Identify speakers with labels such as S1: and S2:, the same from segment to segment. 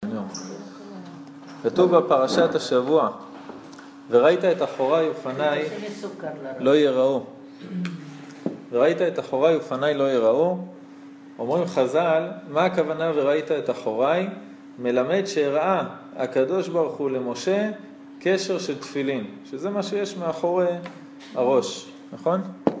S1: כתוב בפרשת השבוע, וראית את אחוריי ופניי לא יראו. וראית את אחוריי ופניי לא יראו. אומרים חז"ל, מה הכוונה וראית את אחוריי? מלמד שהראה הקדוש ברוך הוא למשה קשר של תפילין, שזה מה שיש מאחורי הראש, נכון?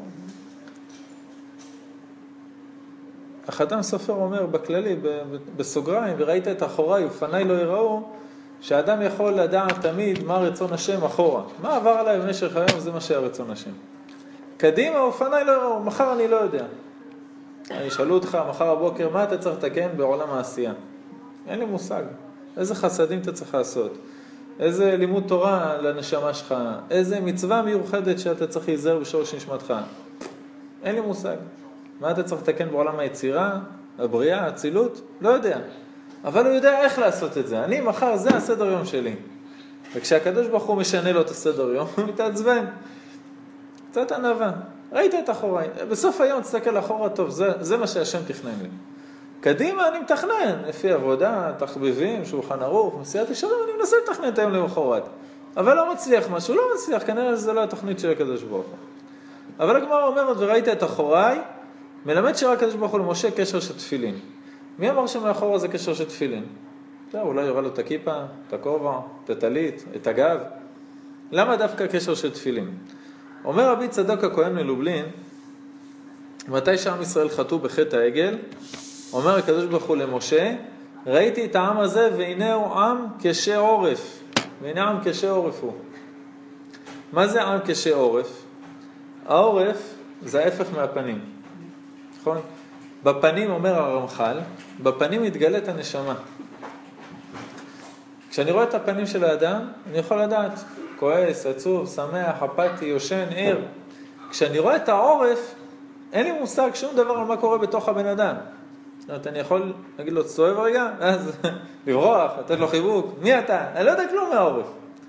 S1: החתם סופר אומר בכללי, בסוגריים, וראית את אחוריי ופניי לא יראו, שהאדם יכול לדעת תמיד מה רצון השם אחורה. מה עבר עליי במשך היום, זה מה שהיה רצון השם. קדימה ופניי לא יראו, מחר אני לא יודע. אני שאלו אותך מחר הבוקר, מה אתה צריך לתקן בעולם העשייה? אין לי מושג. איזה חסדים אתה צריך לעשות? איזה לימוד תורה לנשמה שלך? איזה מצווה מיוחדת שאתה צריך להיזהר בשורש נשמתך? אין לי מושג. מה אתה צריך לתקן בעולם היצירה, הבריאה, האצילות? לא יודע. אבל הוא יודע איך לעשות את זה. אני מחר, זה הסדר יום שלי. וכשהקדוש ברוך הוא משנה לו את הסדר יום, הוא מתעצבן. קצת ענווה. ראית את אחוריי. בסוף היום תסתכל אחורה טוב, זה מה שהשם תכנן לי. קדימה אני מתכנן, לפי עבודה, תחביבים, שולחן ערוך, מסיעת ישרים, אני מנסה לתכנן את היום למחרת. אבל לא מצליח משהו, לא מצליח, כנראה שזה לא התוכנית של הקדוש ברוך הוא. אבל הגמרא אומרת, וראית את אחוריי, מלמד שרק הקדוש ברוך הוא למשה קשר של תפילין. מי אמר שמאחורה זה קשר של תפילין? אולי יורה לו את הכיפה, את הכובע, את הטלית, את הגב. למה דווקא קשר של תפילין? אומר רבי צדוק הכהן מלובלין, מתי שעם ישראל חטאו בחטא העגל, אומר הקדוש ברוך הוא למשה, ראיתי את העם הזה והנה הוא עם קשה עורף. והנה עם קשה עורף הוא. מה זה עם קשה עורף? העורף זה ההפך מהפנים. נכון? בפנים אומר הרמח"ל, בפנים מתגלית הנשמה. כשאני רואה את הפנים של האדם, אני יכול לדעת, כועס, עצוב, שמח, אפתי, יושן, ער. כשאני רואה את העורף, אין לי מושג שום דבר על מה קורה בתוך הבן אדם. זאת אומרת, אני יכול להגיד לו, צועב רגע, אז לברוח, לתת לו חיבוק, מי אתה? אני לא יודע כלום מהעורף.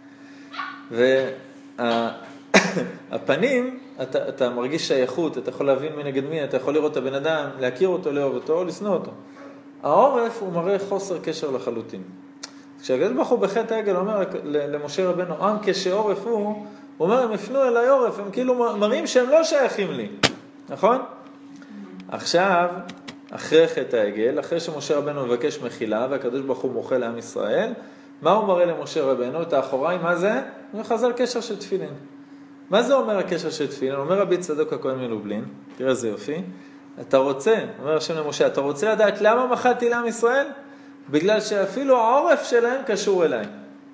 S1: והפנים, אתה מרגיש שייכות, אתה יכול להבין מנגד מי, אתה יכול לראות את הבן אדם, להכיר אותו, לאהוב אותו, או לשנוא אותו. העורף הוא מראה חוסר קשר לחלוטין. כשהקדוש ברוך הוא בחטא העגל אומר למשה רבנו, עם כשעורף הוא אומר, הם הפנו אליי עורף, הם כאילו מראים שהם לא שייכים לי. נכון? עכשיו, אחרי חטא העגל, אחרי שמשה רבנו מבקש מחילה, והקדוש ברוך הוא מוחה לעם ישראל, מה הוא מראה למשה רבנו? את האחוריי, מה זה? הוא חזר קשר של תפילין. מה זה אומר הקשר של תפילין? אומר רבי צדוק הכהן מלובלין, תראה איזה יופי, אתה רוצה, אומר השם למשה, אתה רוצה לדעת למה מחלתי לעם ישראל? בגלל שאפילו העורף שלהם קשור אליי.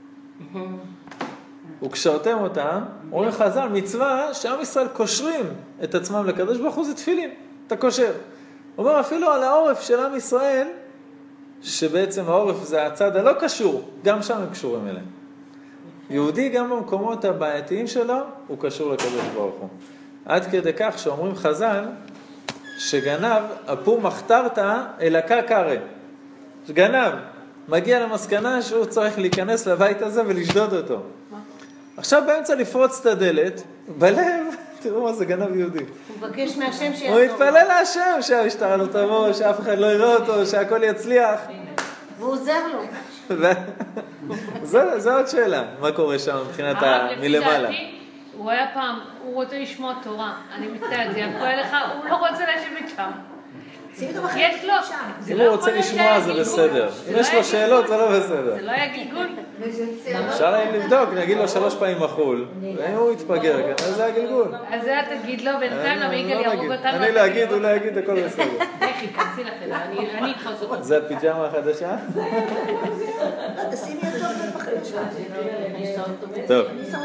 S1: וקשרתם אותם, אומרים חז"ל, מצווה שעם ישראל קושרים את עצמם לקדוש ברוך הוא זה תפילין, אתה קושר. אומר אפילו על העורף של עם ישראל, שבעצם העורף זה הצד הלא קשור, גם שם הם קשורים אליהם. יהודי גם במקומות הבעייתיים שלו, הוא קשור לקדוש ברוך הוא. עד כדי כך שאומרים חז"ל, שגנב, אפו מחתרת אל הקרקרה. גנב, מגיע למסקנה שהוא צריך להיכנס לבית הזה ולשדוד אותו. עכשיו באמצע לפרוץ את הדלת, בלב, תראו מה זה גנב יהודי.
S2: הוא מבקש מהשם שיעזור.
S1: הוא מתפלל להשם שהמשטרה לא תבוא, שאף אחד לא יראה אותו, שהכל יצליח.
S2: והוא עוזר לו.
S1: זו עוד שאלה, מה קורה שם מבחינת מלמעלה.
S3: הוא היה פעם, הוא רוצה לשמוע תורה, אני מצטערת, זה יפה לך, הוא לא רוצה לשבת שם. יש לו,
S1: אם הוא רוצה לשמוע זה בסדר, אם יש לו שאלות זה לא בסדר.
S3: זה לא היה גלגול?
S1: אפשר להם לבדוק, נגיד לו 3 פעמים מחול, ואם הוא יתפגר כאן, זה הגלגול.
S3: אז זה תגיד לו, בינתיים למיגל ירוג אותנו.
S1: אני להגיד, הוא לא יגיד, הכל בסדר.
S3: לכי, כנסי לחדר, אני איתך זאת.
S1: זה הפיג'מה החדשה?
S2: תשימי אותו בחדשה.
S1: טוב.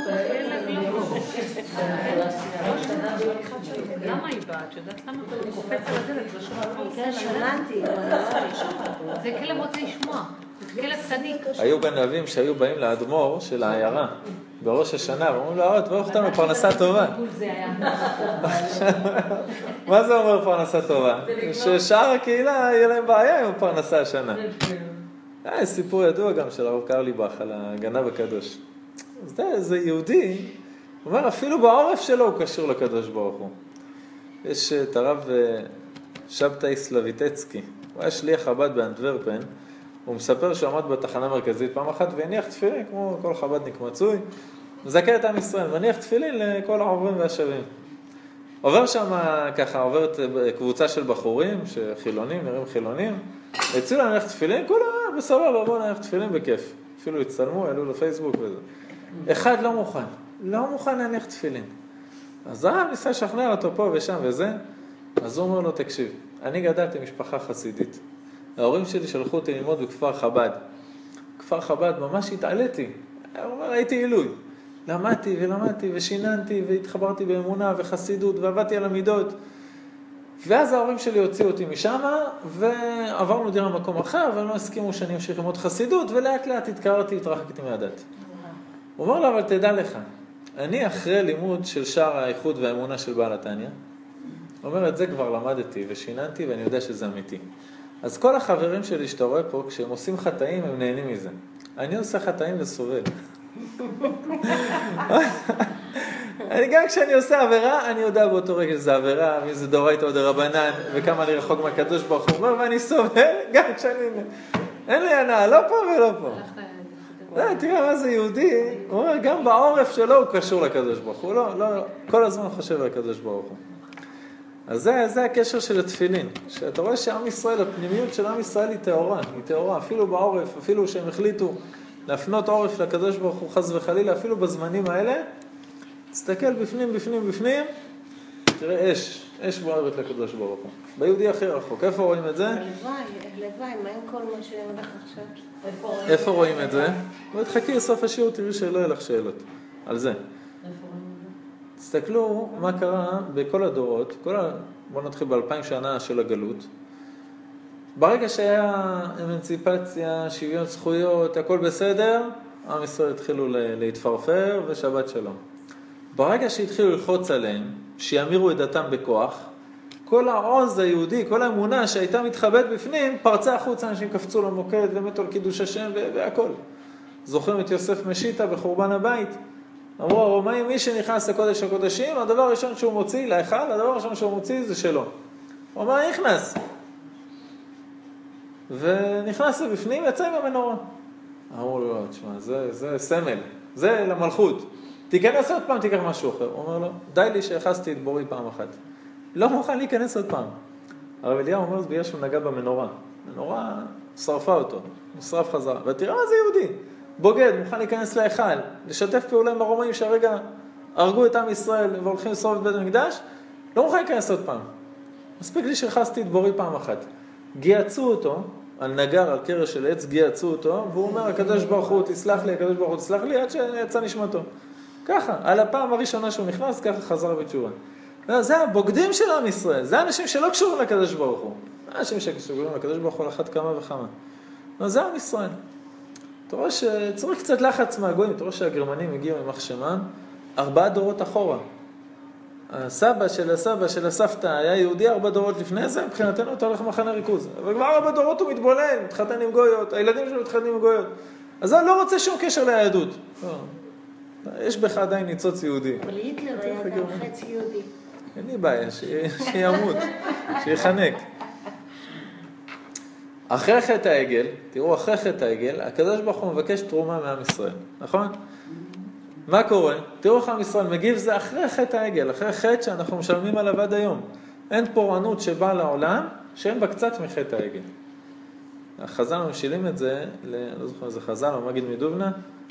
S3: למה היא באה? את יודעת למה הוא קופץ על הדלת?
S2: כן, שמעתי.
S3: זה כלב רוצה לשמוע, זה כלב צדיק.
S1: היו גנבים שהיו באים לאדמו"ר של העיירה בראש השנה, ואומרים לו, תברך אותנו פרנסה טובה. מה זה אומר פרנסה טובה? ששאר הקהילה יהיה להם בעיה עם פרנסה השנה. סיפור ידוע גם של הרב קרליבך על הגנב הקדוש. זה יהודי, הוא אומר, אפילו בעורף שלו הוא קשור לקדוש ברוך הוא. יש את הרב שבתאי סלוויטצקי, הוא היה שליח חב"ד באנטוורפן, הוא מספר שהוא עמד בתחנה מרכזית פעם אחת והניח תפילין, כמו כל חב"דניק מצוי, מזכה את עם ישראל, והניח תפילין לכל העוברים והשבים. עובר שם ככה, עוברת קבוצה של בחורים, שחילונים, נראים חילונים, הציעו להם להניח תפילין, כולם בסבבה, בואו נניח תפילין בכיף. אפילו הצטלמו, העלו לפייסבוק וזה. אחד לא מוכן להניח תפילין. אז הרב ניסה לשכנע אותו פה ושם וזה, אז הוא אומר לו, תקשיב, אני גדלתי משפחה חסידית. ההורים שלי שלחו אותי ללמוד בכפר חב"ד. כפר חב"ד ממש התעליתי. הוא אומר, הייתי עילוי. למדתי ולמדתי ושיננתי והתחברתי באמונה וחסידות ועבדתי על המידות. ואז ההורים שלי הוציאו אותי משם ועברנו דירה במקום אחר, אבל לא הסכימו שאני אמשיך ללמוד חסידות, ולאט לאט התרחקתי מהדת. הוא אומר לו, אבל תדע לך, אני אחרי לימוד של שער האיחוד והאמונה של בעל התניא, הוא אומר, את זה כבר למדתי ושיננתי ואני יודע שזה אמיתי. אז כל החברים שלי שאתה רואה פה, כשהם עושים חטאים, הם נהנים מזה. אני עושה חטאים וסובל. גם כשאני עושה עבירה, אני יודע באותו רגע שזה עבירה, מי זה דאורייתא או דרבנן, וכמה אני רחוק מהקדוש ברוך הוא, ואני סובל, גם כשאני... אין לי הנאה, לא פה ולא פה. תראה מה זה יהודי, הוא אומר, גם בעורף שלו הוא קשור לקדוש ברוך הוא, כל הזמן חושב על הקדוש ברוך הוא. אז זה הקשר של התפילין, שאתה רואה שעם ישראל, הפנימיות של עם ישראל היא טהורה, אפילו בעורף, אפילו שהם החליטו להפנות עורף לקדוש ברוך הוא חס וחלילה, אפילו בזמנים האלה, תסתכל בפנים, תראה אש בוערת לקדוש ברוך הוא. ביהודי הכי רחוק, איפה רואים את זה?
S2: הלוואי, מה עם כל מה שהולך עכשיו?
S1: איפה רואים את זה? תחכי לסוף השיעור, תראי שלא יהיה לך שאלות על זה. תסתכלו מה קרה בכל הדורות, בואו נתחיל ב2000 שנה של הגלות. ברגע שהיה אמנציפציה, שוויון זכויות, הכל בסדר, עם ישראל התחילו להתפרפר ושבת שלום. ברגע שהתחילו ללחוץ עליהם, שיאמירו את דתם בכוח, כל העוז היהודי, כל האמונה שהייתה מתחבאת בפנים, פרצה החוצה, אנשים קפצו למוקד ומתו על קידוש השם והכל. זוכרים את יוסף משיטה בחורבן הבית? אמרו הרומאים, מי שנכנס לקודש הקודשים, הדבר הראשון שהוא מוציא, להיכל, הדבר הראשון שהוא מוציא זה שלו. הוא אמר, נכנס. ונכנס בפנים, יצא עם המנורה. אמרו לו, תשמע, זה סמל, זה למלכות. תיכנס עוד פעם, תיקח משהו אחר. הוא אומר לו, די לי שהחסתי את בורי פעם אחת. לא מוכן להיכנס עוד פעם. הרב אליהו אומר, זה בגלל שהוא נגע במנורה. המנורה שרפה אותו, נשרף חזרה. ותראה מה זה יהודי. בוגד, מוכן להיכנס להיכל, לשתף פעולה עם הרומאים שהרגע הרגו את עם ישראל והולכים לשרוף את בית המקדש, לא מוכן להיכנס עוד פעם. מספיק לי שהחסתי את בורי פעם אחת. גייצו אותו, על נגר, על קרש של עץ, גייצו אותו, והוא אומר, הקדוש ברוך הוא תסלח לי, הקדוש ברוך הוא תסלח לי, עד שיצא נשמתו. ככה, על הפעם הראשונה שהוא נכנס, ככה חזר בתשובה. זה הבוגדים של עם ישראל, זה האנשים שלא קשורים לקדוש ברוך הוא. האנשים שקשורים לקדוש ברוך הוא על אחת כמה וכמה. זה עם ישראל. אתה רואה שצריך קצת לחץ מהגויים, אתה רואה שהגרמנים הגיעו עם מחשמן 4 דורות אחורה. הסבא של הסבא של הסבתא היה יהודי 4 דורות לפני זה, מבחינתנו אתה הולך מחנה ריכוז. אבל כבר 4 דורות הוא מתבולל, מתחתן עם גויות, הילדים שלו מתחתנים עם גויות. אז הוא לא רוצה שום קשר ליהדות. יש בך עדיין ניצוץ יהודי.
S2: אבל היטלר היה גם חצי יהודי.
S1: אין לי בעיה, שימות, שיחנק. אחרי חטא העגל, תראו, אחרי חטא העגל, הקדוש ברוך הוא מבקש תרומה מעם ישראל, נכון? מה קורה? תראו איך עם ישראל מגיב, זה אחרי חטא העגל, אחרי חטא שאנחנו משלמים עליו עד היום. אין פורענות שבאה לעולם, שאין בה קצת מחטא העגל. החז"ל ממשילים את זה, לא זוכר איזה חז"ל, או מגיד מדובנה,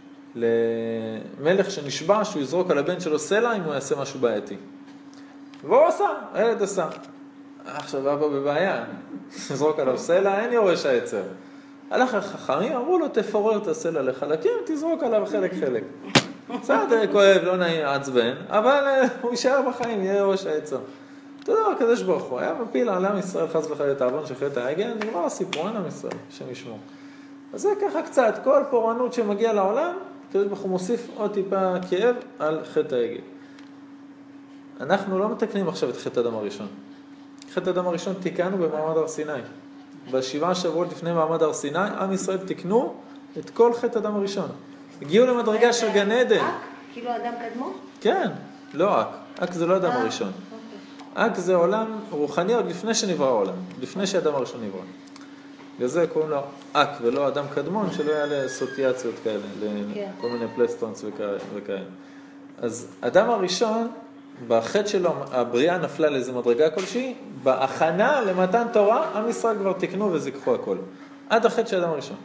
S1: למלך שנשבע שהוא יזרוק על הבן שלו סלע אם הוא יעשה משהו בעייתי. והוא עשה, הילד עשה. עכשיו אבא בבעיה, נזרוק עליו סלע, אין יורש העצר. הלך החכמים, אמרו לו, תפורר את הסלע לחלקים, תזרוק עליו חלק. בסדר, כואב, לא נעים, עצבן, אבל הוא יישאר בחיים, יהיה יורש העצר. אתה יודע, הקדוש ברוך הוא היה מפיל על עם ישראל חס וחלילה את העוון של חטא העגל, נגמר הסיפור, אין עם ישראל, השם ישמור. אז זה ככה קצת, כל פורענות שמגיע לעולם, הקדוש ברוך הוא מוסיף עוד טיפה כאב על חטא העגל. אנחנו לא מתקנים עכשיו את חטא אדם הראשון. חטא אדם הראשון תיקנו במעמד הר סיני. ב7 שבועות לפני מעמד הר סיני, עם ישראל תיקנו את כל חטא אדם הראשון. הגיעו למדרגה של גן עדן.
S2: כאילו אדם קדמו?
S1: כן, לא אק זה לא אדם הראשון. אק זה עולם רוחני עוד לפני שנברא העולם, לפני שאדם הראשון נברא. בגלל זה קוראים לו אק ולא אדם קדמון, שלא היה לאסוציאציות כאלה, לכל מיני פלסטונס וכאלה. אז אדם הראשון, בחטא שלו, הבריאה נפלה לאיזו מדרגה כלשהי, בהכנה למתן תורה, עם ישראל כבר תקנו וזיקחו הכל. עד החטא של אדם הראשון.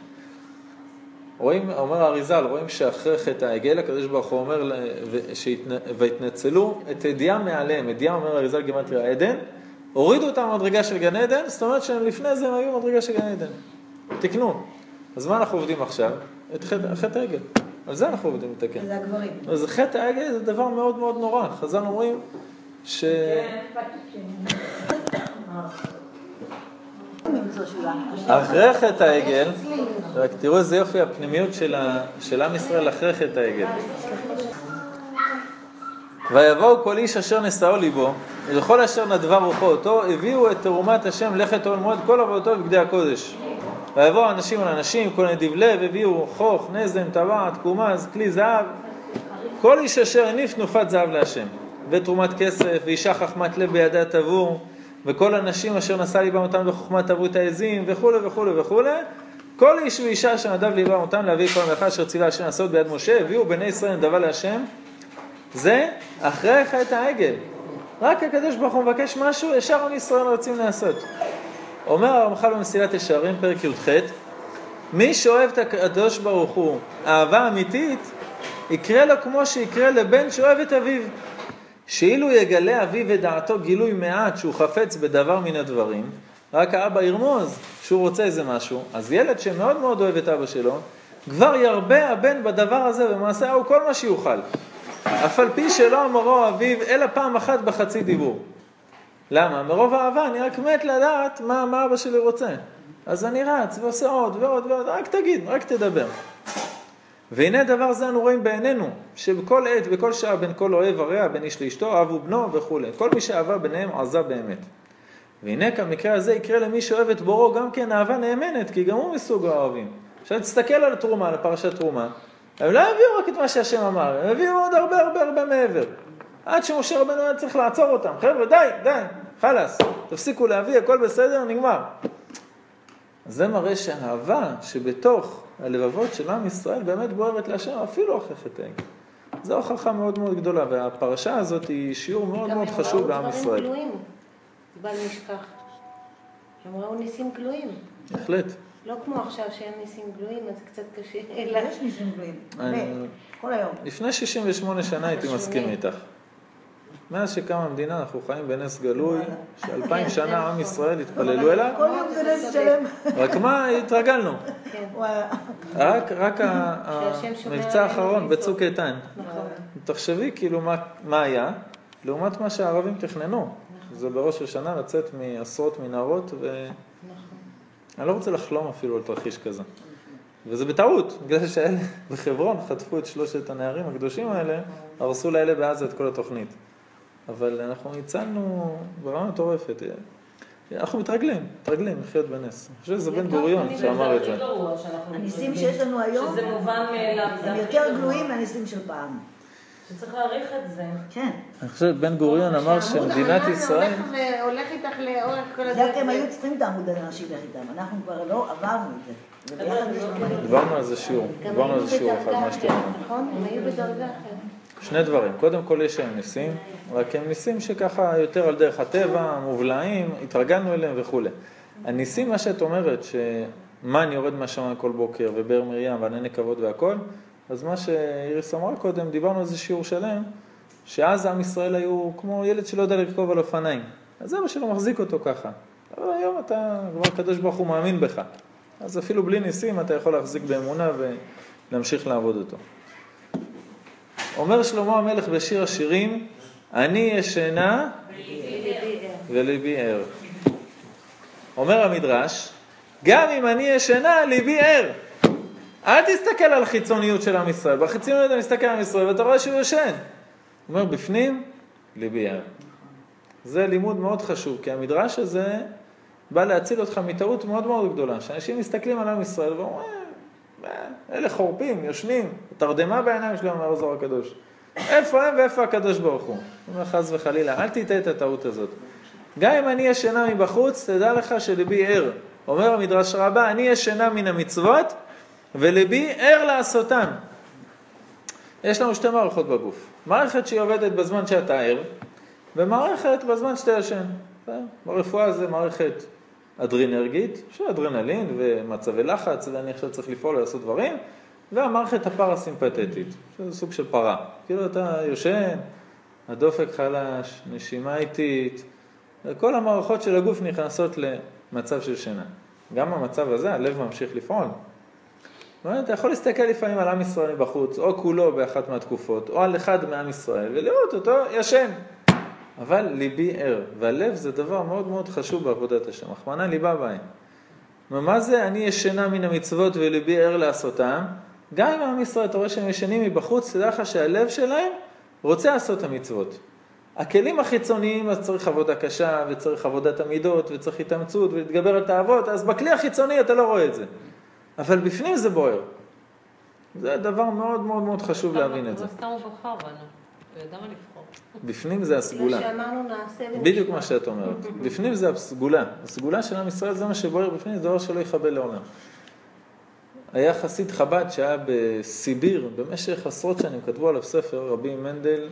S1: אומר האריז"ל, רואים שאחרי חטא העגל, הקדוש ברוך הוא אומר, והתנצלו את הדיעה מעליהם. הדיעה, אומר האריז"ל גימטריה עדן, הורידו אותם במדרגה של גן עדן, זאת אומרת שלפני זה הם היו במדרגה של גן עדן. תקנו. אז מה אנחנו עובדים עכשיו? את חטא העגל. על זה אנחנו עובדים לתקן.
S2: זה הגברים.
S1: אז חטא העגל זה דבר מאוד מאוד נורא. חז"ל אומרים ש... אחרי חטא העגל, רק תראו איזה יופי הפנימיות של עם ישראל אחרי חטא העגל. ויבואו כל איש אשר נשאו ליבו, ולכל אשר נדבה רוחו אותו, הביאו את תרומת השם לכת אוהל מועד כל עבודתו בבגדי הקודש. ויבואו אנשים על אנשים, כל נדיב לב, הביאו חוך, נזם, טבעת, קומז, כלי זהב. כל איש אשר הניף תנופת זהב להשם, ותרומת כסף, ואישה חכמת לב בידה תבור, וכל אנשים אשר נשא ליבם אותם בחוכמה תברו את העזים, וכו' וכו' וכו'. כל איש ואישה אשר נדב ליבם אותם להביא כל מלאכה אשר ציווה השם לעשות ביד משה, הביאו בני ישראל נדבה להשם. זה אחרי חטא העגל. רק הקדוש ברוך הוא מבקש משהו, ישר עם ישראל רוצים לעשות. אומר הרמח"ל במסילת ישרים, פרק י"ח, מי שאוהב את הקדוש ברוך הוא אהבה אמיתית, יקרה לו כמו שיקרה לבן שאוהב את אביו. שאילו יגלה אביו את דעתו גילוי מעט שהוא חפץ בדבר מן הדברים, רק האבא ירמוז שהוא רוצה איזה משהו, אז ילד שמאוד מאוד אוהב את אבא שלו, כבר ירבה הבן בדבר הזה, במעשה הוא כל מה שיוכל. אף על פי שלא אמרו אביו, אלא פעם אחת בחצי דיבור. למה? מרוב אהבה, אני רק מת לדעת מה אבא שלי רוצה. אז אני רץ ועושה עוד ועוד ועוד, רק תגיד, רק תדבר. והנה דבר זה אנו רואים בעינינו, שבכל עת, בכל שעה, בין כל אוהב ורע, בין איש לאשתו, אהבו בנו וכו'. כל מי שאהבה ביניהם עזה באמת. והנה כמקרה הזה יקרה למי שאוהב את בורו גם כן אהבה נאמנת, כי גם הוא מסוג האוהבים. עכשיו תסתכל על התרומה, על פרשת תרומה, הם לא הביאו רק את מה שהשם אמר, הם הביאו עוד הרבה מעבר. עד שמשה רבנו היה צריך לעצור אותם. חבר'ה, די, חלס, תפסיקו להביא, הכל בסדר, נגמר. זה מראה שהאהבה שבתוך הלבבות של עם ישראל באמת בוערת להשם, אפילו אחרי חטא העגל. זו הוכחה מאוד מאוד גדולה, והפרשה הזאת היא שיעור מאוד מאוד חשוב לעם ישראל.
S2: גם הם ראו דברים גלויים, בל נשכח. הם ראו ניסים גלויים.
S1: בהחלט.
S2: לא כמו עכשיו שאין ניסים גלויים, אז קצת קשה.
S4: יש ניסים גלויים, כל היום.
S1: לפני 68 שנה הייתי מסכים איתך. מאז שקמה המדינה אנחנו חיים בנס גלוי, ש2000 שנה עם ישראל התפללו אליו.
S4: כל יום זה נס שלם.
S1: רק מה, התרגלנו. רק המבצע האחרון בצוק איתן. תחשבי כאילו מה היה, לעומת מה שהערבים תכננו. זה בראש השנה לצאת מעשרות מנהרות, ואני לא רוצה לחלום אפילו על תרחיש כזה. וזה בטעות, בגלל שאלה בחברון חטפו את 3 הנערים הקדושים האלה, הרסו לאלה בעזה את כל התוכנית. אבל אנחנו הצלנו ברמה מטורפת. אנחנו מתרגלים לחיות בנס. אני חושב שזה בן גוריון שאמר את זה.
S4: הניסים שיש לנו היום, הם יותר גלויים מהניסים של פעם.
S5: שצריך להעריך את זה.
S4: כן.
S1: אני חושב בן גוריון אמר שמדינת ישראל...
S2: הולך איתך לאורך כל הדרך.
S4: זה אתם היו צריכים את העמוד האנשי איתם. אנחנו כבר לא עברנו את זה.
S1: דיברנו על זה שיעור. אחד מהשתיים.
S2: נכון? הם היו בדרגה אחרת.
S1: 2 דברים. קודם כל יש להם ניסים, רק הם ניסים שככה יותר על דרך הטבע, מובלעים, התרגלנו אליהם וכו'. הניסים, מה שאת אומרת, שמן יורד מהשמיים כל בוקר, ובאר מרים, וענני כבוד והכל, אז מה שאיריס אמרה קודם, דיברנו על זה שיעור שלם, שאז עם ישראל היו כמו ילד שלא יודע לרכוב על אופניים. אז אבא שלו מחזיק אותו ככה. אבל היום אתה, כבר הקדוש ברוך הוא מאמין בך. אז אפילו בלי ניסים אתה יכול להחזיק באמונה ולהמשיך לעבוד אותו. אומר שלמה המלך בשיר השירים, אני ישנה וליבי ער. אומר המדרש, גם אם אני ישנה, ליבי ער. אל תסתכל על החיצוניות של עם ישראל. בחיצוניות אתה מסתכל על עם ישראל ואתה רואה שהוא ישן. אומר, בפנים, ליבי ער. זה לימוד מאוד חשוב, כי המדרש הזה בא להציל אותך מטעות מאוד מאוד גדולה. שאנשים מסתכלים על עם ישראל ואומרים, אלה חורפים, יושנים, תרדמה בעיניים שלהם, אומר הזוהר הקדוש. איפה הם ואיפה הקדוש ברוך הוא? אומר חס וחלילה, אל תטעה את הטעות הזאת. גם אם אני ישנה מבחוץ, תדע לך שליבי ער. אומר המדרש רבה, אני ישנה מן המצוות ולבי ער לעשותם. יש לנו שתי מערכות בגוף. מערכת שהיא עובדת בזמן שאתה ער, ומערכת בזמן שאתה ישן. ברפואה זה מערכת אדרינרגית, של אדרנלין ומצבי לחץ, ואני עכשיו צריך לפעול ולעשות דברים, והמערכת הפרסימפטית, שזה סוג של פרה. כאילו אתה יושן, הדופק חלש, נשימה איטית, וכל המערכות של הגוף נכנסות למצב של שינה. גם במצב הזה הלב ממשיך לפעול. אתה יכול להסתכל לפעמים על עם ישראל בחוץ, או כולו באחת מהתקופות, או על אחד מעם ישראל, ולראות אותו ישן. אבל ליבי ער, והלב זה דבר מאוד מאוד חשוב בעבודת השם. רחמנא ליבא בהם. מה זה אני ישנה מן המצוות וליבי ער לעשותם? גם אם עם ישראל, אתה רואה שהם ישנים מבחוץ, תדע לך שהלב שלהם רוצה לעשות את המצוות. הכלים החיצוניים, אז צריך עבודה קשה, וצריך עבודת המידות, וצריך התאמצות, ולהתגבר על תאוות, אז בכלי החיצוני אתה לא רואה את זה. אבל בפנים זה בוער. זה דבר מאוד מאוד מאוד חשוב להבין את זה.
S3: לא סתם הוא בחר בנו, הוא ידע מה לבחור.
S1: בפנים זה הסגולה.
S2: מה שאמרנו נעשה ונשמע.
S1: בדיוק מה שאת אומרת. בפנים זה הסגולה. הסגולה של עם ישראל זה מה שבוער בפנים, זה דבר שלא יחבל לעולם. היה חסיד חב"ד שהיה בסיביר, במשך עשרות שנים, כתבו עליו ספר, רבי מנדל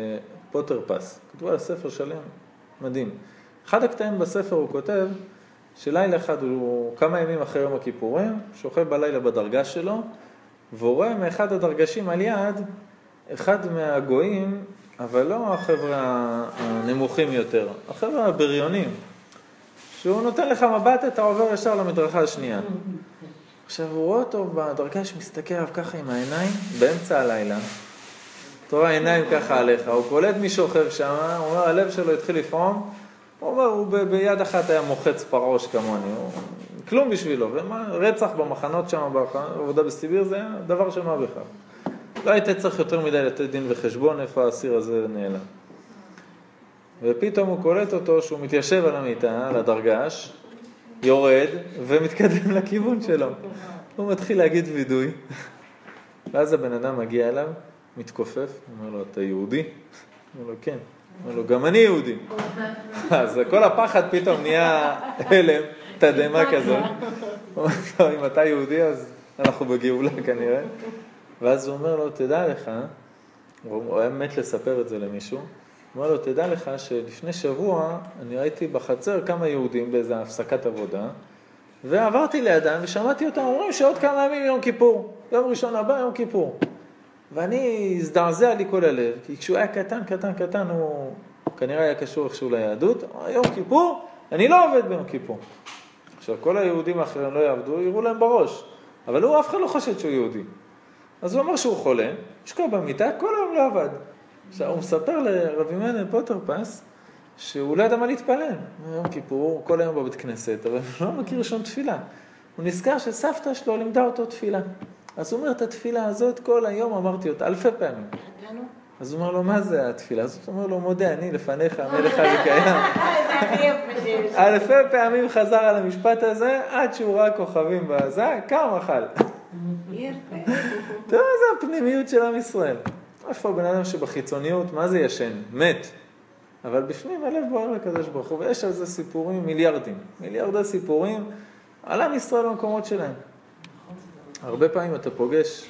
S1: פוטרפס. כתבו עליו ספר שלם, מדהים. אחד הקטעים בספר הוא כותב, שלילה אחד הוא כמה ימים אחרי יום הכיפורים, שוכב בלילה בדרגה שלו, והוא רואה מאחד הדרגשים על יד, אחד מהגויים, אבל לא החבר'ה הנמוכים יותר, החבר'ה הבריונים, שהוא נותן לך מבט, אתה עובר ישר למדרכה השנייה. עכשיו הוא רואה אותו בדרגה שמסתכל עליו ככה עם העיניים, באמצע הלילה. אתה רואה העיניים ככה עליך, הוא קולט מי שוכב שם, הוא אומר, הלב שלו התחיל לפעום, הוא אומר, הוא ביד אחת היה מוחץ פרעוש כמוני, כלום בשבילו, רצח במחנות שם, בעבודה בסיביר, זה דבר של מה בכך. לא היית צריך יותר מדי לתת דין וחשבון איפה האסיר הזה נעלם. ופתאום הוא קולט אותו שהוא מתיישב על המיטה, על הדרגש, יורד ומתקדם לכיוון שלו. הוא מתחיל להגיד וידוי, ואז הבן אדם מגיע אליו, מתכופף, אומר לו, אתה יהודי? אומר לו, כן. אומר לו, גם אני יהודי. אז כל הפחד פתאום נהיה הלם, תדמה כזאת. הוא אומר לו, אם אתה יהודי, אז אנחנו בגאולה כנראה. ואז הוא אומר לו, תדע לך, הוא היה מת לספר את זה למישהו, הוא אומר לו, תדע לך שלפני שבוע אני ראיתי בחצר כמה יהודים באיזו הפסקת עבודה, ועברתי לידם ושמעתי אותם, אומרים שעוד כמה ימים יום כיפור, יום ראשון הבא יום כיפור. ואני הזדעזע לי כל הלב, כי כשהוא היה קטן, הוא כנראה היה קשור איכשהו ליהדות, יום כיפור, אני לא עובד ביום כיפור. עכשיו, כל היהודים האחרים לא יעבדו, יראו להם בראש, אבל הוא אף אחד לא חושד שהוא יהודי. אז הוא אומר שהוא חולה, שקוע במיטה, כל היום לא עבד. עכשיו, הוא מספר לרבי מנדל פוטרפס, שהוא לא ידע מה להתפלל. יום כיפור, כל היום בבית כנסת, אבל הוא לא מכיר שום תפילה. הוא נזכר שסבתא שלו לימדה אותו תפילה. אז הוא אומר, את התפילה הזאת כל היום אמרתי אותה, אלפי פעמים. אז הוא אומר לו, מה זה התפילה? אז הוא אומר לו, מודה, אני לפניך, המלך וקיים.
S2: זה הכי יפה שיש.
S1: אלפי פעמים חזר על המשפט הזה, עד שהוא ראה כוכבים בזה, קם אכל.
S2: יפה.
S1: תראה, זה הפנימיות של עם ישראל. איפה בן אדם שבחיצוניות, מה זה ישן? מת. אבל בפנים הלב בוער לקדוש ברוך הוא, ויש על זה סיפורים מיליארדי סיפורים על עם ישראל במקומות שלהם. הרבה פעמים אתה פוגש,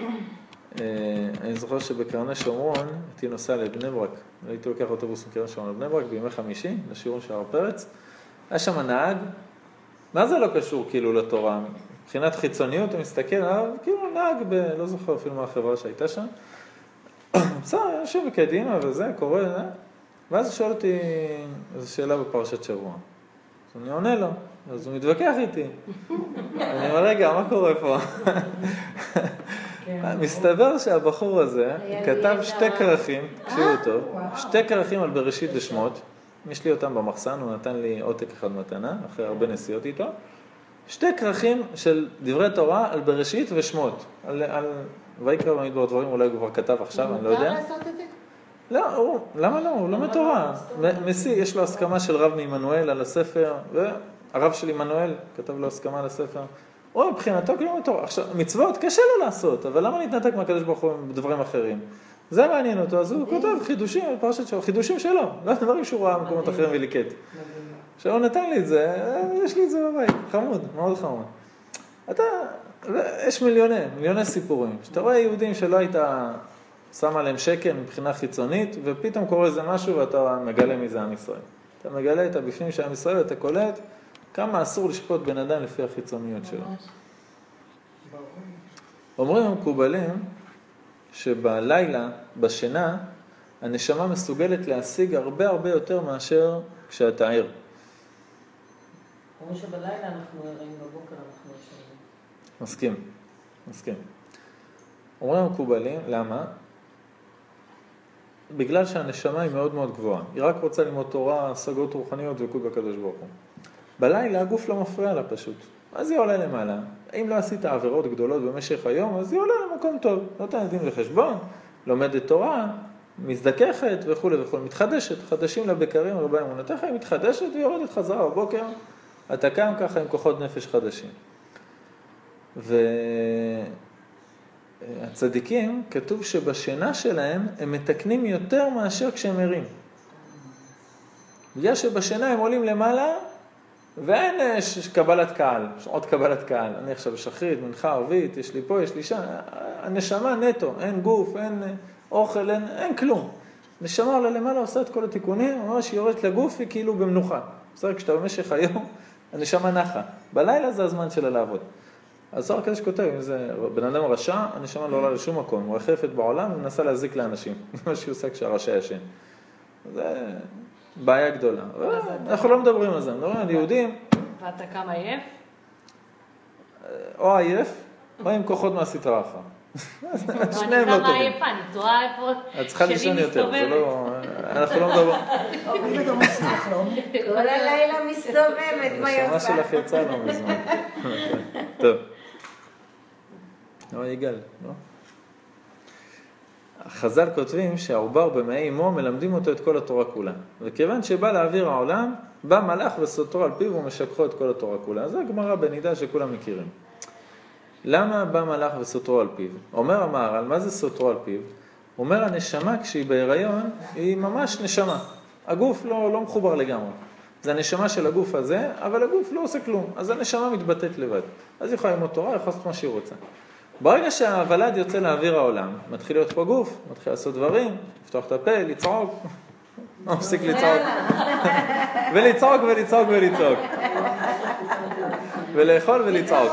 S1: אני זוכר שבקרני שומרון, הייתי נוסע לבני ברק, הייתי לוקח אוטובוס מקרני שומרון לבני ברק בימי חמישי, לשיעור של הר פרץ, היה שם נהג, מה זה לא קשור כאילו לתורה? מבחינת חיצוניות, הוא מסתכל עליו, כאילו נהג לא זוכר אפילו מה החברה שהייתה שם, בסדר, יושב בקדימה וזה, קורא, ואז הוא שואל אותי איזו שאלה בפרשת שבוע. אז אני עונה לו, אז הוא מתווכח איתי. אני אומר, רגע, מה קורה פה? מסתבר שהבחור הזה כתב שתי כרכים, תקשיבו טוב, שתי כרכים על בראשית ושמות, יש לי אותם במחסן, הוא נתן לי עותק אחד מתנה, אחרי הרבה נסיעות איתו, שתי כרכים של דברי תורה על בראשית ושמות, על ויקרא במדבר דברים, אולי הוא כבר כתב עכשיו, אני לא יודע.
S2: מותר לעשות את זה?
S1: לא, למה לא? הוא לומד תורה. מסי, יש לו הסכמה של רב מעמנואל על הספר, והרב של עמנואל כתב לו הסכמה על הספר. או מבחינתו כאילו תורה. עכשיו, מצוות קשה לו לעשות, אבל למה להתנתק מהקדוש ברוך הוא בדברים אחרים? זה מעניין אותו, אז הוא כותב חידושים, חידושים שלו, לא דברים שהוא ראה במקומות אחרים וליקט. כשהוא נתן לי את זה, יש לי את זה בבית, חמוד, מאוד חמוד. יש מיליוני סיפורים. שאתה רואה יהודים שלא היית שם עליהם שקל מבחינה חיצונית, ופתאום קורה איזה משהו ואתה מגלה מזה עם ישראל. אתה מגלה את הבפנים של עם ישראל ואתה קולט כמה אסור לשפוט בן אדם לפי החיצוניות שלו. אומרים המקובלים שבלילה, בשינה, הנשמה מסוגלת להשיג הרבה הרבה יותר מאשר כשאתה ער.
S5: כמו שבלילה אנחנו ערים, בבוקר אנחנו ישנים.
S1: מסכים. אומרים המקובלים, למה? בגלל שהנשמה היא מאוד מאוד גבוהה. היא רק רוצה ללמוד תורה, השגות רוחניות ויקוד בקדוש ברוך הוא. בלילה הגוף לא מפריע לה פשוט. אז היא עולה למעלה. אם לא עשית עבירות גדולות במשך היום, אז היא עולה למקום טוב. נותנת דין וחשבון, לומדת תורה, מזדככת וכו' וכו'. מתחדשת, חדשים לה בקרים רבה אמונתך, היא מתחדשת ויורדת חזרה בבוקר. אתה קם ככה עם כוחות נפש חדשים. והצדיקים, כתוב שבשינה שלהם הם מתקנים יותר מאשר כשהם ערים. בגלל שבשינה הם עולים למעלה, ואין קבלת קהל, עוד קבלת קהל. אני עכשיו שחרית, מנחה ערבית, יש לי פה, יש לי שם. הנשמה נטו, אין גוף, אין אוכל, אין כלום. נשמה עולה למעלה, עושה את כל התיקונים, ממש היא יורדת לגוף, היא כאילו במנוחה. בסדר, כשאתה במשך היום, הנשמה נחה. בלילה זה הזמן שלה לעבוד. אז זוהר הקדוש כותב, אם זה בן אדם רשע, הנשמה לא עולה לשום מקום. הוא רחפת בעולם ומנסה להזיק לאנשים. זה מה שהיא עושה כשהרשע ישן. זה בעיה גדולה. אנחנו לא מדברים על זה, מדברים על יהודים.
S3: ואתה כמה עייף?
S1: או עייף, או עם כוחות מהסטרה אחר.
S3: שניהם לא טובים. אני תוהה איפה
S1: את צריכה לישון יותר, זה לא... אנחנו לא מדברים.
S4: אם אתה מצליח לו.
S2: כל הלילה מסתובבת, מה היא
S1: הנשמה
S2: עושה?
S1: שלך יצאה לא מזמן. טוב. לא, יגאל, לא? החז"ל כותבים שהעובר במעי אמו מלמדים אותו את כל התורה כולה. וכיוון שבא לאוויר העולם, בא מלאך וסותרו על פיו ומשכחו את כל התורה כולה. זה הגמרא בנידה שכולם מכירים. למה בא מלאך וסותרו על פיו? אומר המהר"ל, מה זה סותרו על פיו? הוא אומר הנשמה כשהיא בהיריון היא ממש נשמה. הגוף לא מחובר לגמרי. זה הנשמה של הגוף הזה, אבל הגוף לא עושה כלום. אז הנשמה מתבטאת לבד. אז היא יכולה ללמוד תורה, היא יכולה לעשות מה שהיא רוצה. ברגע שהוולד יוצא לאוויר העולם, מתחיל להיות פה גוף, מתחיל לעשות דברים, לפתוח את הפה, לצעוק, מפסיק לצעוק. ולצעוק ולצעוק ולצעוק. ולאכול ולצעוק.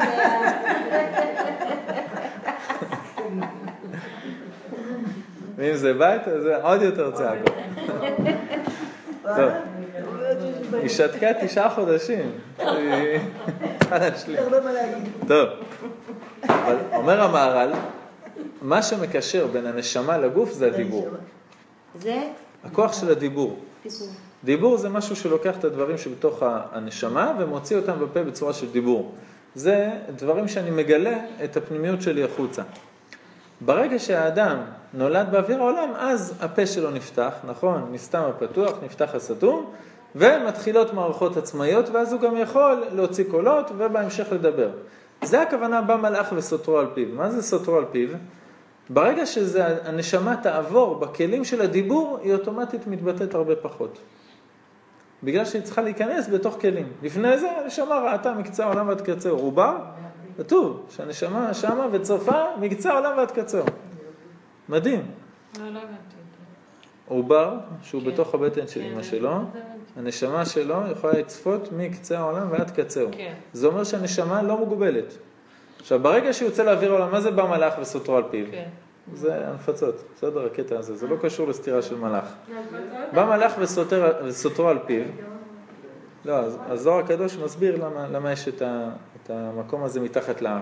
S1: ואם זה בית, זה עוד יותר צעקות. טוב. היא שתקה 9 חודשים. היא צריכה להשלים. טוב. אבל אומר המהר"ל, מה שמקשר בין הנשמה לגוף זה הדיבור.
S2: זה?
S1: הכוח של הדיבור. דיבור זה משהו שלוקח את הדברים שבתוך הנשמה ומוציא אותם בפה בצורה של דיבור. זה דברים שאני מגלה את הפנימיות שלי החוצה. ברגע שהאדם נולד באוויר העולם, אז הפה שלו נפתח, נכון? נסתם הפתוח, נפתח הסתום, ומתחילות מערכות עצמאיות, ואז הוא גם יכול להוציא קולות ובהמשך לדבר. זה הכוונה בא מלאך וסותרו על פיו. מה זה סותרו על פיו? ברגע שהנשמה תעבור בכלים של הדיבור, היא אוטומטית מתבטאת הרבה פחות. בגלל שהיא צריכה להיכנס בתוך כלים. לפני זה הנשמה ראתה מקצה העולם ועד קצהו. רובה, כתוב שהנשמה שמה וצופה מקצה העולם ועד קצהו. מדהים.
S3: לא הבנתי.
S1: עובר, שהוא בתוך הבטן של אמא שלו, הנשמה שלו יכולה לצפות מקצה העולם ועד קצהו. זה אומר שהנשמה לא מוגבלת. עכשיו, ברגע שהוא יוצא לאוויר העולם, מה זה בא מלאך וסותרו על פיו? זה הנפצות, בסדר, הקטע הזה, זה לא קשור לסתירה של מלאך. בא מלאך וסותרו על פיו. לא, אז הזוהר הקדוש מסביר למה יש את המקום הזה מתחת לאף.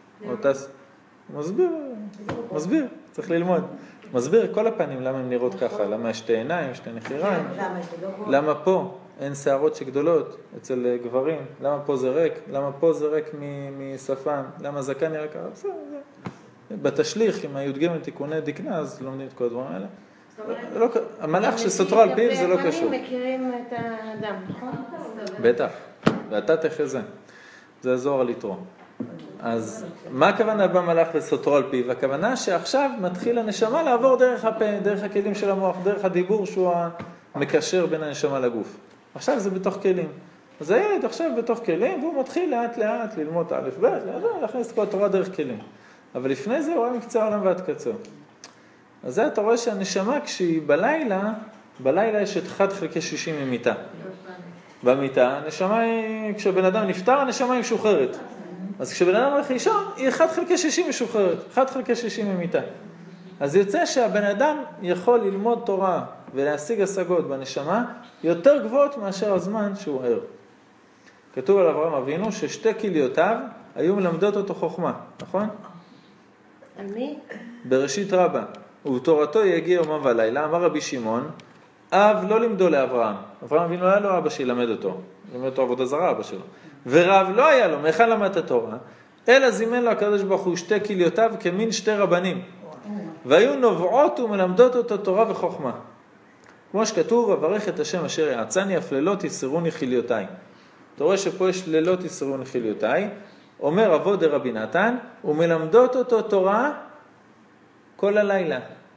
S1: מסביר, צריך ללמוד. מסביר כל הפנים למה הם נראות ככה, למה יש 2 עיניים, 2 נחיריים, למה פה אין שערות שגדולות אצל גברים, למה פה זה ריק, למה פה זה ריק משפם, למה זקן נראה ככה, בתשליך עם הי"ג תיקוני דקנה, אז לומדים את כל הדברים האלה. המלאך שסותרו על פיו זה לא קשור.
S2: הפנים מכירים את האדם, נכון?
S1: בטח, ואתה תחזה, זה הזוהר על יתרו. אז מה הכוונה במלאך וסותרו על פיו? הכוונה שעכשיו מתחיל הנשמה לעבור דרך הפה, דרך הכלים של המוח, דרך הדיבור שהוא המקשר בין הנשמה לגוף. עכשיו זה בתוך כלים. אז הילד עכשיו בתוך כלים, והוא מתחיל לאט לאט ללמוד א' ב', להכניס את כל התורה דרך כלים. אבל לפני זה הוא רואה מקצה העולם ועד קצה. אז זה אתה רואה שהנשמה כשהיא בלילה יש את 1/60 ממיטה. במיטה, הנשמה היא, כשבן אדם נפטר, הנשמה היא משוחררת. אז כשבן אדם הולך לישון, היא 1/60 משוחררת, 1/60 ממיטה. אז יוצא שהבן אדם יכול ללמוד תורה ולהשיג השגות בנשמה יותר גבוהות מאשר הזמן שהוא ער. כתוב על אברהם אבינו ששתי כליותיו היו מלמדות אותו חוכמה, נכון?
S2: על מי?
S1: בראשית רבה. ובתורתו יגיע יומם ולילה, אמר רבי שמעון, אב לא לימדו לאברהם. אברהם אבינו היה לו אבא שילמד אותו. לימד אותו עבודה זרה, אבא שלו. ורב לא היה לו, מאיכן למד את התורה, אלא זימן לו הקדוש ברוך הוא שתי כליותיו כמין שתי רבנים. והיו נובעות ומלמדות אותו תורה וחוכמה. כמו שכתוב, אברך את השם אשר יעצני, אף לילות יסרוני כליותיי. אתה רואה שפה יש לילות יסרוני כליותיי. אומר אבו דרבי נתן, ומלמדות אותו תורה כל הלילה.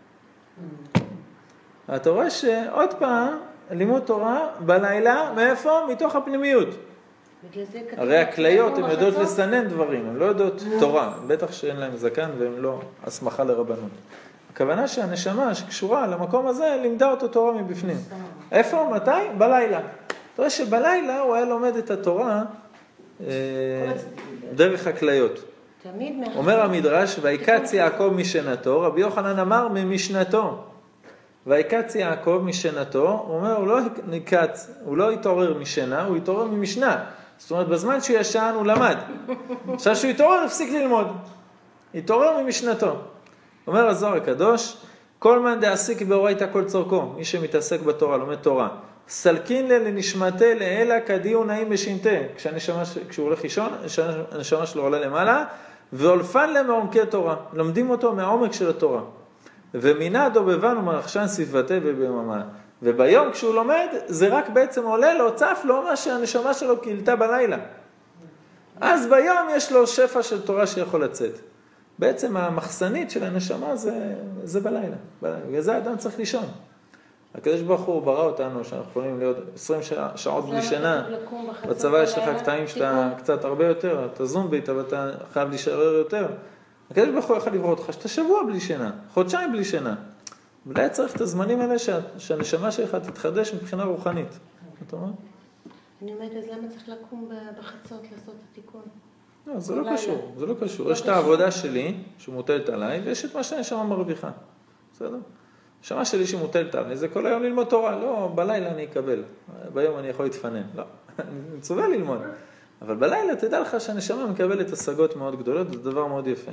S1: אתה רואה שעוד פעם, לימוד תורה בלילה, מאיפה? מתוך הפנימיות. הרי הכליות, הן יודעות לסנן דברים, הן לא יודעות תורה, בטח שאין להם זקן והן לא הסמכה לרבנות. הכוונה שהנשמה שקשורה למקום הזה, לימדה אותו תורה מבפנים. איפה? מתי? בלילה. אתה רואה שבלילה הוא היה לומד את התורה דרך הכליות. אומר המדרש, ויקץ יעקב משנתו, רבי יוחנן אמר ממשנתו. ויקץ יעקב משנתו, הוא אומר, הוא לא נקץ, הוא לא התעורר משנה, הוא התעורר ממשנה. זאת אומרת, בזמן שהוא ישן הוא למד. עכשיו שהוא התעורר, הפסיק ללמוד. התעורר ממשנתו. אומר הזוהר הקדוש, כל מן דעסיק באורייתא כל צורכו, מי שמתעסק בתורה, לומד תורה. סלקין לנשמתה לאלה כדיו נעים בשינתה. כשהוא הולך לישון, הנשמה שלו עולה למעלה, והולפן למעומקי תורה. לומדים אותו מהעומק של התורה. ומינה דובבן ומרחשן סביבתה ובממה. וביום כשהוא לומד, זה רק בעצם עולה לו, צף לו מה שהנשמה שלו קילתה בלילה. אז ביום יש לו שפע של תורה שיכול לצאת. בעצם המחסנית של הנשמה זה בלילה. וזה האדם צריך לישון. הקדוש ברוך הוא ברא אותנו שאנחנו יכולים להיות 20 שעות בלי שינה. בצבא יש לך קטעים שאתה קצת הרבה יותר, אתה זומבית, אבל אתה חייב להישאר יותר. הקדוש ברוך הוא יכול לברוא אותך שאתה שבוע בלי שינה, חודשיים בלי שינה. אולי צריך את הזמנים האלה שהנשמה שלך תתחדש מבחינה רוחנית. אתה אומר?
S2: אני אומרת, אז למה צריך לקום בחצות לעשות את התיקון?
S1: לא, זה לא קשור, זה לא קשור. יש את העבודה שלי שמוטלת עליי, ויש את מה שהנשמה מרוויחה. בסדר? הנשמה שלי שמוטלת עליי, זה כל היום ללמוד תורה. לא, בלילה אני אקבל. ביום אני יכול להתפנן. לא, אני מצווה ללמוד. אבל בלילה תדע לך שהנשמה מקבלת השגות מאוד גדולות, זה דבר מאוד יפה.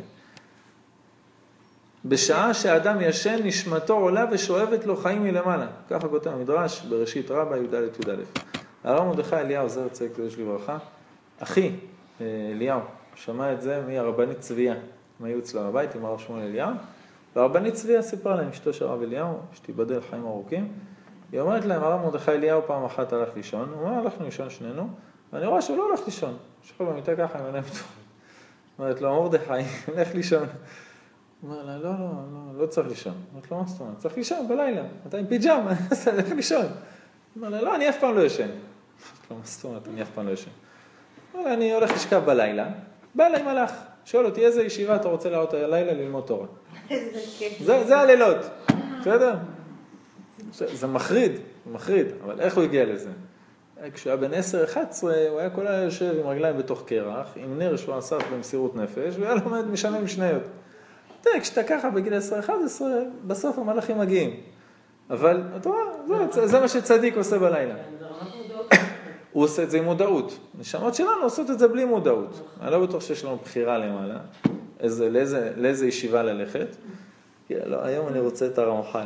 S1: בשעה שהאדם ישן, נשמתו עולה ושואבת לו חיים מלמעלה. ככה כותב המדרש בראשית רבה י"ד י"א. הרב מרדכי אליהו, זכר צדיק קדוש לברכה, אחי אליהו, שמע את זה מהרבנית צביה. הם היו אצלו בבית עם הרב שמואל אליהו, והרבנית צביה סיפרה להם, אשתו של הרב אליהו, שתיבדל חיים ארוכים, היא אומרת להם, הרב מרדכי אליהו פעם אחת הלך לישון, הוא אומר, הלכנו לישון שנינו, ואני רואה שהוא לא הולך לישון, שוכב במיטה ככה עם עיניים פתוחות. אומרת לו, מרדכי, הלך לישון. הוא אומר לה, לא צריך לישון. אומרת לו, מה זאת אומרת? צריך לישון בלילה. אתה עם פיג'מה, הלך לישון. הוא אומר לה, לא, אני אף פעם לא ישן. אומרת לו, מה זאת אומרת? אני אף פעם לא ישן. אומר לה, אני הולך לשכב בלילה, בא אליי מלאך. שואל אותי, איזה ישיבה אתה רוצה לעלות הלילה ללמוד תורה? זה הלילות. בסדר? זה מחריד, אבל איך הוא הגיע לזה? כשהוא היה בן 10-11, הוא היה כל היום יושב עם רגליים בתוך קרח, עם נר שהוא אסף במסירות נפש, והיה לומד משנה משניות. תראה, כשאתה ככה בגיל 10-11, בסוף המלאכים מגיעים. אבל, אתה רואה, זה מה שצדיק עושה בלילה. הוא עושה את זה עם מודעות. נשמות שלנו עושות את זה בלי מודעות. אני לא בטוח שיש לנו בחירה למעלה, לאיזה ישיבה ללכת. לא, היום אני רוצה את הרמח"ל.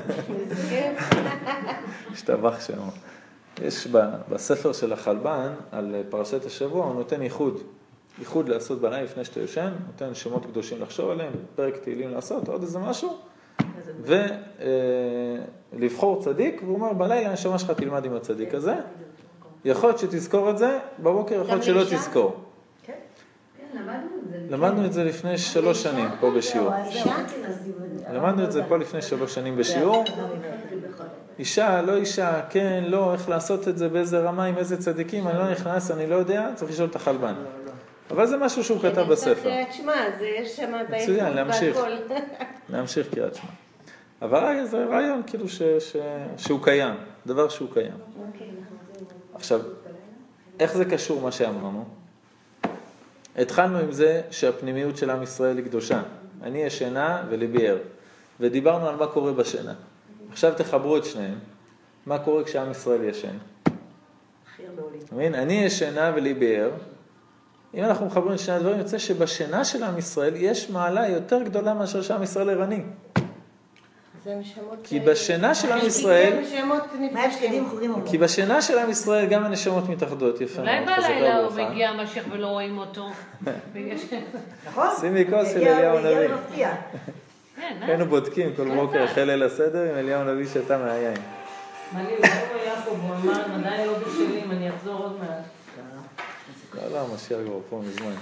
S1: השתבח שמו. יש בספר של החלבן, על פרשת השבוע, הוא נותן ייחוד לעשות בלילה לפני שאתה ישן, נותן שמות קדושים לחשוב עליהם, פרק תהילים לעשות, עוד איזה משהו, ולבחור צדיק, והוא אומר, בלילה הנשמה שלך תלמד עם הצדיק הזה, יכול להיות שתזכור את זה, בבוקר יכול להיות שלא תזכור.
S4: כן,
S1: למדנו את זה לפני 3 שנים פה בשיעור. למדנו את זה פה לפני 3 שנים בשיעור. אישה, לא אישה, כן, לא, איך לעשות את זה, באיזה רמה, עם איזה צדיקים, אני לא נכנס, אני לא יודע, צריך לשאול את החלבן. אבל זה משהו שהוא כתב בספר.
S2: קריאת שמע, זה יש שם
S1: מצוין, להמשיך.
S2: והכל.
S1: להמשיך קריאת שמע. אבל זה רעיון כאילו שהוא קיים, דבר שהוא קיים. עכשיו, איך זה קשור מה שאמרנו? התחלנו עם זה שהפנימיות של עם ישראל היא קדושה. אני ישנה וליבי ער. ודיברנו על מה קורה בשינה. עכשיו תחברו את שניהם. מה קורה כשעם ישראל ישן? אני ישנה וליבי ער. אם אנחנו מחברים את שני הדברים, יוצא שבשינה של עם ישראל יש מעלה יותר גדולה מאשר שעם ישראל ערני. כי בשינה של עם ישראל, כי בשינה של עם ישראל גם הנשמות מתאחדות. יפה.
S3: אולי בלילה הוא מגיע המשיח ולא רואים אותו.
S4: נכון?
S1: שימי כוס של אליהו הנביא.
S4: מפתיע.
S1: היינו בודקים כל בוקר אחרי ליל הסדר עם אליהו הנביא שתה מהיין.
S5: מה לי, לא היה פה, הוא אמר, עדיין לא בשלים, אני אחזור עוד מעט.
S1: לא, המשיח כבר פה מזמן.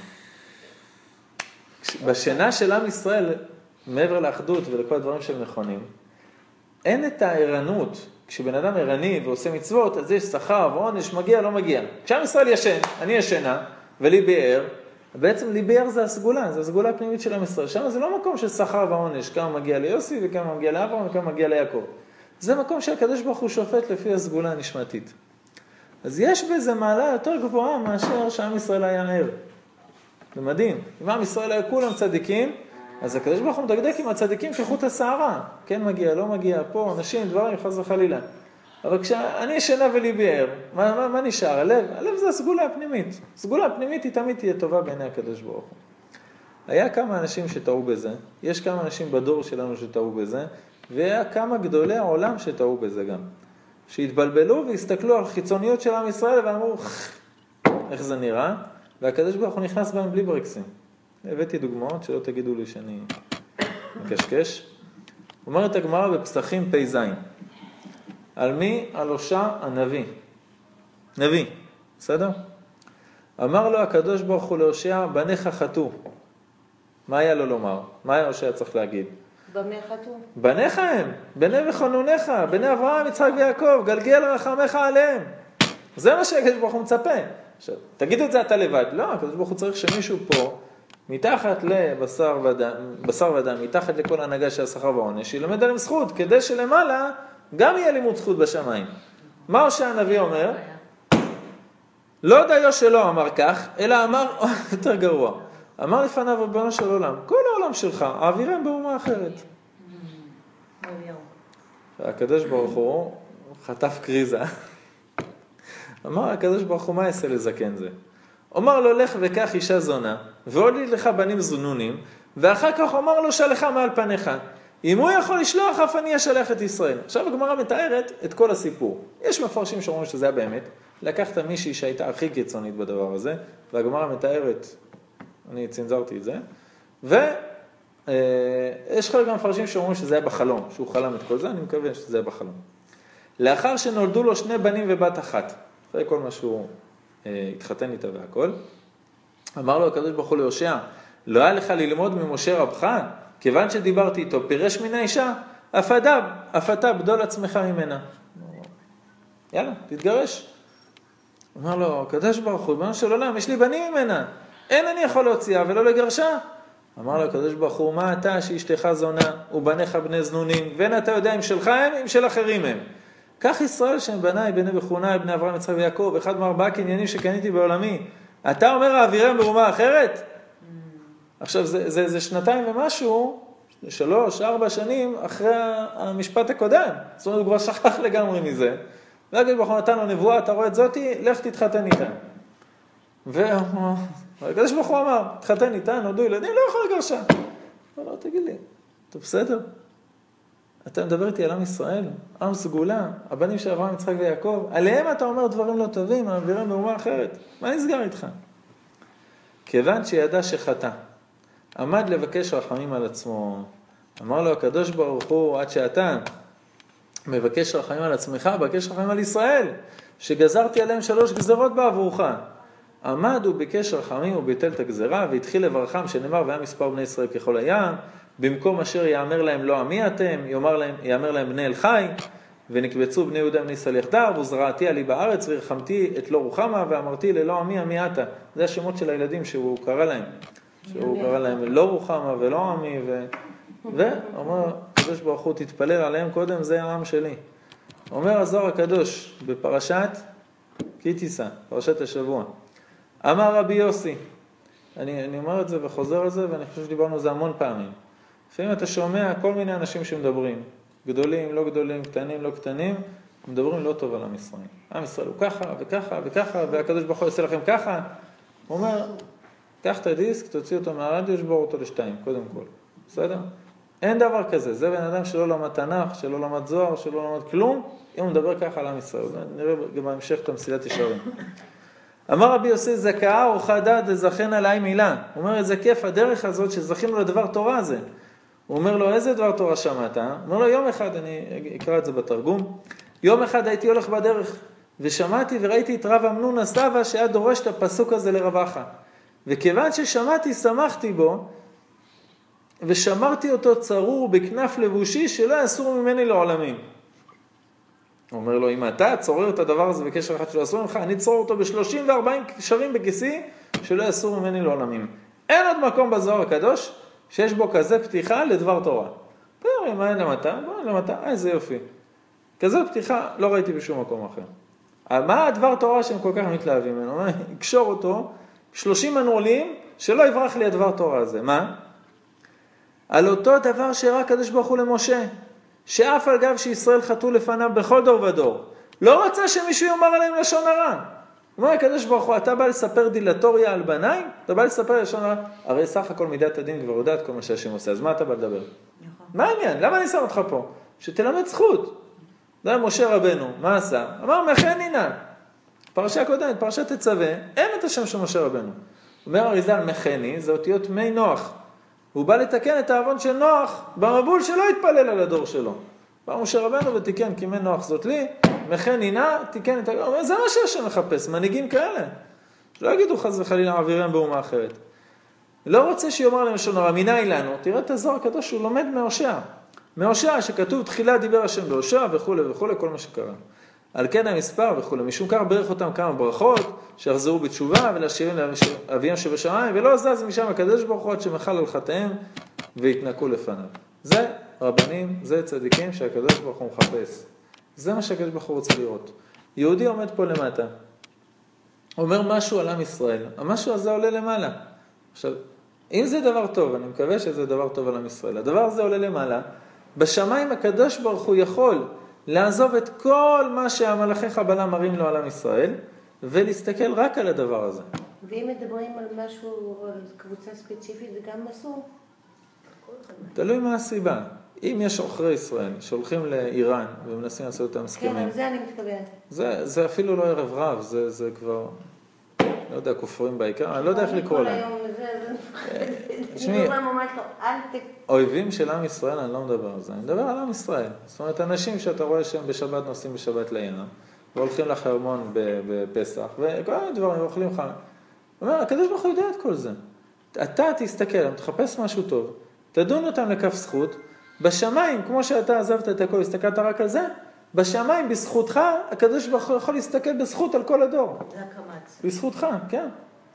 S1: בשינה של עם ישראל, מעבר לאחדות ולכל הדברים שהם נכונים, אין את הערנות. כשבן אדם ערני ועושה מצוות, אז יש שכר ועונש, מגיע, לא מגיע. כשעם ישראל ישן, אני ישנה, וליבי ער, בעצם ליבי ער זה הסגולה, זה הסגולה הפנימית של עם ישראל. שם זה לא מקום של שכר ועונש, כמה מגיע ליוסי וכמה מגיע לאברהם וכמה מגיע ליעקב. זה מקום שהקדוש ברוך הוא שופט לפי הסגולה הנשמתית. אז יש בזה מעלה יותר גבוהה מאשר שעם ישראל היה ער. זה מדהים. אם עם ישראל היה כולם צדיקים, אז הקדוש ברוך הוא מדקדק עם הצדיקים כחוט השערה. כן מגיע, לא מגיע, פה, אנשים, דברים, חס וחלילה. אבל כשאני ישנה וליבי ער, מה נשאר? הלב? הלב זה הסגולה הפנימית. הסגולה הפנימית היא תמיד תהיה טובה בעיני הקדוש ברוך הוא. היה כמה אנשים שטעו בזה, יש כמה אנשים בדור שלנו שטעו בזה, והיה כמה גדולי העולם שטעו בזה גם. שהתבלבלו והסתכלו על חיצוניות של עם ישראל ואמרו, איך זה נראה? והקדוש ברוך הוא נכנס בהם בלי ברקסים. הבאתי דוגמאות שלא תגידו לי שאני מקשקש. אומרת הגמרא בפסחים פ"ז. על מי? על הושע הנביא. נביא, בסדר? אמר לו הקדוש ברוך הוא להושע, בניך חטאו. מה היה לו לומר? מה היה הושע צריך להגיד?
S2: במה חטאו?
S1: בניך הם, בני וחנונך, בני אברהם, יצחק ויעקב, גלגל רחמך עליהם. זה מה שהקדוש ברוך הוא מצפה. עכשיו, תגיד את זה אתה לבד. לא, הקדוש ברוך הוא צריך שמישהו פה, מתחת לבשר ודם, מתחת לכל הנהגה של השכר והעונש, ילמד עליהם זכות, כדי שלמעלה גם יהיה לימוד זכות בשמיים. מה הושע הנביא אומר? לא דיו שלא אמר כך, אלא אמר יותר גרוע. אמר לפניו ריבונו של עולם, כל העולם שלך, העבירם באומה אחרת. הקדוש ברוך הוא חטף קריזה. אמר הקדוש ברוך הוא, מה יעשה לזקן זה? אומר לו, לך וקח אישה זונה, והוליד לך בנים זנונים, ואחר כך אומר לו, שלחה מעל פניך. אם הוא יכול לשלוח, אף אני אשלח את ישראל. עכשיו הגמרא מתארת את כל הסיפור. יש מפרשים שאומרים שזה היה באמת. לקחת מישהי שהייתה הכי קיצונית בדבר הזה, והגמרא מתארת, אני צנזרתי את זה, ויש חלק מפרשים שאומרים שזה היה בחלום, שהוא חלם את כל זה, אני מקווה שזה היה בחלום. לאחר שנולדו לו 2 בנים ובת אחת, אחרי כל מה שהוא התחתן איתה והכל, אמר לו הקדוש ברוך הוא להושע, לא היה לך ללמוד ממשה רבך, כיוון שדיברתי איתו, פירש מן האישה, אף אתה בדול עצמך ממנה. יאללה, תתגרש. אמר לו, הקדוש ברוך הוא, ריבונו של עולם, יש לי בנים ממנה, אין אני יכול להוציאה ולא לגרשה. אמר לו הקדוש ברוך הוא, מה אתה שאשתך זונה ובניך בני זנונים, ואין אתה יודע אם שלך הם, אם של אחרים הם. כך ישראל שהם בניי, בני וחרוניי, בני אברהם, יצחק ויעקב, אחד מ4 קניינים שקניתי בעולמי. אתה אומר האווירם באומה אחרת? עכשיו זה 2 ומשהו, 3-4 שנים אחרי המשפט הקודם. זאת אומרת, הוא כבר שכח לגמרי מזה. והקדוש ברוך הוא נתן לו נבואה, אתה רואה את זאתי, לך תתחתן איתה. והקדוש ברוך הוא אמר, תתחתן איתה, נולדו ילדים, לא יכול לגרשה. לא, תגיד לי, אתה בסדר? אתה מדבר איתי על עם ישראל, עם סגולה, הבנים של אברהם, יצחק ויעקב, עליהם אתה אומר דברים לא טובים, מעבירים באומה אחרת. מה נסגר איתך? כיוון שידע שחטא, עמד לבקש רחמים על עצמו, אמר לו הקדוש ברוך הוא, עד שאתה מבקש רחמים על עצמך, בקש רחמים על ישראל, שגזרתי עליהם 3 גזרות בעבורך. עמד וביקש רחמים וביטל את הגזרה, והתחיל לברכם שנאמר, והיה מספר בני ישראל ככל הים, במקום אשר יאמר להם לא עמי אתם, יאמר להם בני אל חי, ונקבצו בני יהודה בני סליח דר, וזרעתי עלי בארץ, ורחמתי את לא רוחמה, ואמרתי ללא עמי עמי אתה. זה השמות של הילדים שהוא קרא להם. שהוא קרא להם לא רוחמה ולא עמי, ואומר, הקדוש ברוך הוא תתפלל עליהם קודם, זה העם שלי. אומר הזוהר הקדוש בפרשת כי תישא, פרשת השבוע. אמר רבי יוסי, אני אומר את זה וחוזר על זה, ואני חושב שדיברנו על זה המון פעמים. לפעמים אתה שומע כל מיני אנשים שמדברים, גדולים, לא גדולים, קטנים, לא קטנים, מדברים לא טוב על עם ישראל. עם ישראל הוא ככה וככה וככה, והקדוש ברוך הוא יעשה לכם ככה. הוא אומר, קח את הדיסק, תוציא אותו מהרדיו, שבור אותו לשתיים, קודם כל. בסדר? אין דבר כזה. זה בן אדם שלא למד תנ"ך, שלא למד זוהר, שלא למד כלום, אם הוא מדבר ככה על עם ישראל. נראה גם בהמשך את המסילת ישרים. אמר רבי יוסי, זכאה אורחה דעת לזכן עליי מילה. הוא אומר, איזה כיף הדרך הזאת שזכינו לדבר תורה הזה. הוא אומר לו, איזה דבר תורה שמעת? הוא אומר לו, יום אחד, אני אקרא את זה בתרגום, יום אחד הייתי הולך בדרך, ושמעתי וראיתי את רב אמנון הסבא, שהיה דורש את הפסוק הזה לרבחה. וכיוון ששמעתי, שמחתי בו, ושמרתי אותו צרור בכנף לבושי, שלא יסור ממני לעולמים. הוא אומר לו, אם אתה צורר את הדבר הזה בקשר אחד שלא יסור ממך, אני צורר אותו ב-34 קשרים בכיסי, שלא יסור ממני לעולמים. אין עוד מקום בזוהר הקדוש, שיש בו כזה פתיחה לדבר תורה. תראי, מה אין למטה? איזה יופי. כזה פתיחה לא ראיתי בשום מקום אחר. מה הדבר תורה שהם כל כך מתלהבים ממנו? הוא אומר, יקשור אותו, 30 מנעולים, שלא יברח לי הדבר תורה הזה. מה? על אותו דבר שהראה הקדוש ברוך הוא למשה, שאף על גב שישראל חטאו לפניו בכל דור ודור, לא רצה שמישהו יאמר עליהם לשון הרע. הוא אומר, הקדוש ברוך הוא, אתה בא לספר דילטוריה על בניים? אתה בא לספר לשון הרע? הרי סך הכל מידת הדין כבר יודעת כל מה שהשם עושה, אז מה אתה בא לדבר? מה העניין? למה אני שם אותך פה? שתלמד זכות. זה משה רבנו, מה עשה? אמר, מכני נא. פרשה קודמת, פרשת תצווה, אין את השם של משה רבנו. אומר אריזל, מכני, זה אותיות מי נוח. הוא בא לתקן את העוון של נוח, במבול שלא התפלל על הדור שלו. בא משה רבנו ותיקן, כי מי נוח זאת לי, מכני נא, תיקן את העוון. זה מה שהשם מחפש, מנהיגים כאלה. שלא יגידו חס וחלילה עבירם באומה אחרת. לא רוצה שיאמר להם לשון הרע, מיני לנו, תראה את הזוהר הקדוש, הוא לומד מהושע. מהושע שכתוב תחילה דיבר השם בהושע וכו' וכו', כל מה שקרה. על כן המספר וכו'. משום כך ברך אותם כמה ברכות, שיחזרו בתשובה ולהשיבים לאביהם שבשמיים, ולא זז משם הקדוש ברוך הוא עד שמחל על חטאיהם והתנקו לפניו. זה רבנים, זה צדיקים שהקדוש ברוך הוא מחפש. זה מה שהקדוש ברוך הוא רוצה לראות. יהודי עומד פה למטה, אומר משהו על עם ישראל, המשהו הזה עולה למעלה. עכשיו, אם זה דבר טוב, אני מקווה שזה דבר טוב על עם ישראל, הדבר הזה עולה למעלה, בשמיים הקדוש ברוך הוא יכול לעזוב את כל מה שהמלאכי חבלה מראים לו על עם ישראל, ולהסתכל רק על הדבר הזה.
S2: ואם מדברים על משהו, קבוצה ספציפית, זה גם אסור?
S1: תלוי מה הסיבה. אם יש עוכרי ישראל שהולכים לאיראן ומנסים לעשות אותם הסכמים.
S2: כן, על זה אני מתכוונת.
S1: זה אפילו לא ערב רב, זה כבר, לא יודע, כופרים בעיקר, אני לא יודע איך לקרוא להם. אויבים של עם ישראל, אני לא מדבר על זה, אני מדבר על עם ישראל. זאת אומרת, אנשים שאתה רואה שהם בשבת נוסעים בשבת לינה, והולכים לחרמון בפסח, וכל מיני דברים, ואוכלים חם. הוא אומר, הקדוש ברוך הוא יודע את כל זה. אתה תסתכל, תחפש משהו טוב, תדון אותם לכף זכות, בשמיים, כמו שאתה עזבת את הכל, הסתכלת רק על זה, בשמיים, בזכותך, הקדוש ברוך הוא יכול להסתכל בזכות על כל הדור.
S2: זה הקמץ.
S1: בזכותך, כן.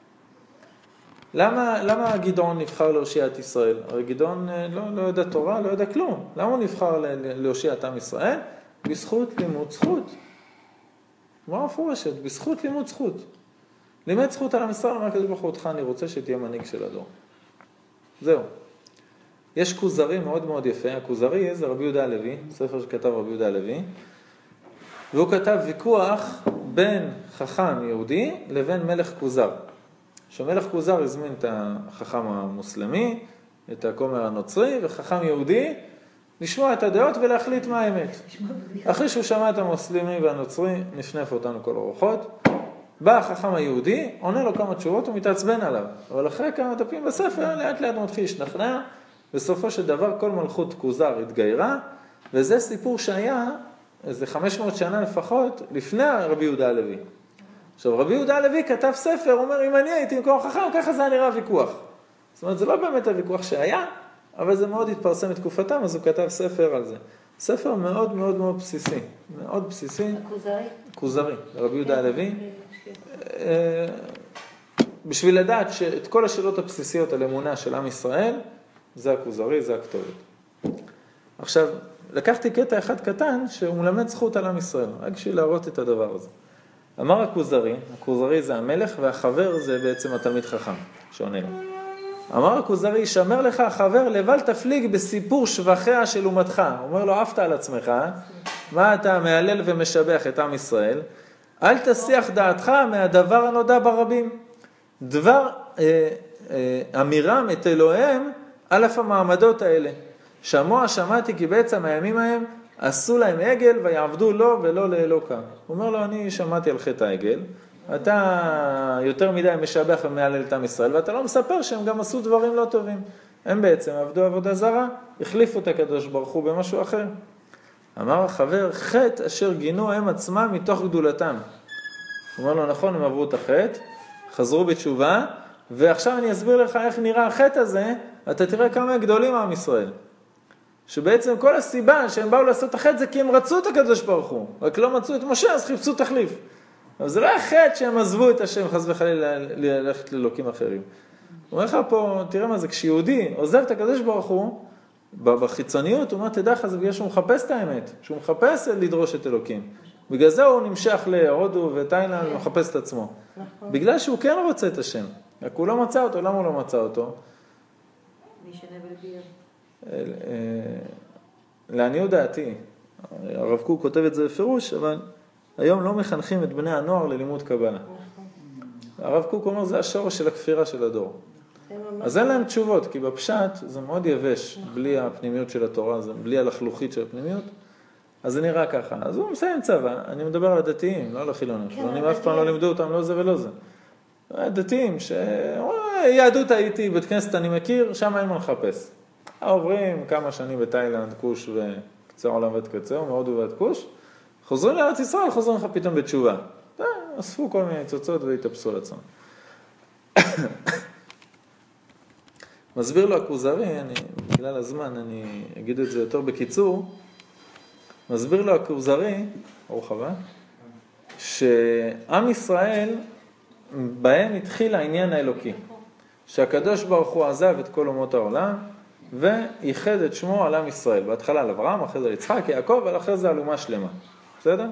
S1: למה גדעון נבחר להושיע את ישראל? הרי גדעון לא יודע תורה, לא יודע כלום. למה הוא נבחר להושיע את עם ישראל? בזכות לימוד זכות. מה מפורשת? בזכות לימוד זכות. לימד זכות על עם ישראל, אמר הקדוש ברוך הוא אותך, אני רוצה שתהיה מנהיג של הדור. זהו. יש כוזרי מאוד מאוד יפה. הכוזרי זה רבי יהודה הלוי, ספר שכתב רבי יהודה הלוי, והוא כתב ויכוח בין חכם יהודי לבין מלך כוזר. שמלך כוזר הזמין את החכם המוסלמי, את הכומר הנוצרי, וחכם יהודי לשמוע את הדעות ולהחליט מה האמת. אחרי שהוא שמע את המוסלמי והנוצרי, נפנף אותנו כל הרוחות. בא החכם היהודי, עונה לו כמה תשובות ומתעצבן עליו. אבל אחרי כמה דפים בספר, לאט לאט מתחיל להשתכנע, בסופו של דבר כל מלכות כוזר התגיירה, וזה סיפור שהיה איזה 500 שנה לפחות לפני רבי יהודה הלוי. עכשיו רבי יהודה הלוי כתב ספר, הוא אומר אם אני הייתי מקום חכם, ככה זה נראה ויכוח. זאת אומרת זה לא באמת הוויכוח שהיה, אבל זה מאוד התפרסם בתקופתם, אז הוא כתב ספר על זה. ספר מאוד מאוד מאוד בסיסי, מאוד בסיסי.
S2: הכוזרי?
S1: כוזרי, רבי יהודה הלוי. בשביל לדעת שאת כל השאלות הבסיסיות על אמונה של עם ישראל, זה הכוזרי, זה הכתובת. עכשיו, לקחתי קטע אחד קטן שהוא מלמד זכות על עם ישראל, רק בשביל להראות את הדבר הזה. אמר הכוזרי זה המלך, והחבר זה בעצם התלמיד חכם, שעונה לו. אמר הכוזרי, ישמר לך החבר, לבל תפליג בסיפור שבחיה של אומתך. הוא אומר לו, עפת על עצמך, מה אתה מהלל ומשבח את עם ישראל? אל תסיח דעתך מהדבר הנודע ברבים. דבר אמירם את אלוהיהם על אף המעמדות האלה. שמעתי כי בעצם הימים ההם עשו להם עגל ויעבדו לו ולא לאלוקה. הוא אומר לו, אני שמעתי על חטא העגל, אתה יותר מדי משבח ומהלל את עם ישראל, ואתה לא מספר שהם גם עשו דברים לא טובים. הם בעצם עבדו עבודה זרה, החליפו את הקדוש ברוך הוא במשהו אחר. אמר החבר, חטא אשר גינו הם עצמם מתוך גדולתם. הוא אומר לו, נכון, הם עברו את החטא, חזרו בתשובה, ועכשיו אני אסביר לך איך נראה החטא הזה, אתה תראה כמה גדולים עם ישראל. שבעצם כל הסיבה שהם באו לעשות את החטא זה כי הם רצו את הקדוש ברוך הוא, רק לא מצאו את משה, אז חיפשו תחליף. אבל זה לא היה חטא שהם עזבו את השם, חס וחלילה ללכת ללוקים אחרים. הוא אומר לך פה, תראה מה זה, כשיהודי עוזב את הקדוש ברוך הוא, בחיצוניות הוא אומר, תדע לך, זה בגלל שהוא מחפש את האמת, שהוא מחפש לדרוש את אלוקים. בגלל זה הוא נמשך להודו ותאילנד ומחפש את עצמו. בגלל שהוא כן רוצה את השם, רק הוא לא מצא אותו, למה הוא לא מצא אותו? לעניות דעתי, הרב קוק כותב את זה בפירוש, אבל היום לא מחנכים את בני הנוער ללימוד קבלה. הרב קוק אומר, זה השורש של הכפירה של הדור. אז אין להם תשובות, כי בפשט זה מאוד יבש, בלי הפנימיות של התורה, בלי הלחלוכית של הפנימיות, אז זה נראה ככה. אז הוא מסיים צבא, אני מדבר על הדתיים, לא על החילונים. החילונים אף פעם לא לימדו אותם, לא זה ולא זה. הדתיים, יהדות הייתי, בית כנסת אני מכיר, שם אין מה לחפש. עוברים כמה שנים בתאילנד, כוש וקצה עולם ועד קצה, מהודו ועד כוש, חוזרים לארץ ישראל, חוזרים לך פתאום בתשובה. אספו כל מיני צוצות והתאפסו לעצמם. מסביר לו הכוזרי, בגלל הזמן אני אגיד את זה יותר בקיצור, מסביר לו הכוזרי, ברוך הבא, שעם ישראל בהם התחיל העניין האלוקי, שהקדוש ברוך הוא עזב את כל אומות העולם, וייחד את שמו על עם ישראל. בהתחלה על אברהם, אחרי זה על יצחק, יעקב, ואחרי זה על אומה שלמה. בסדר?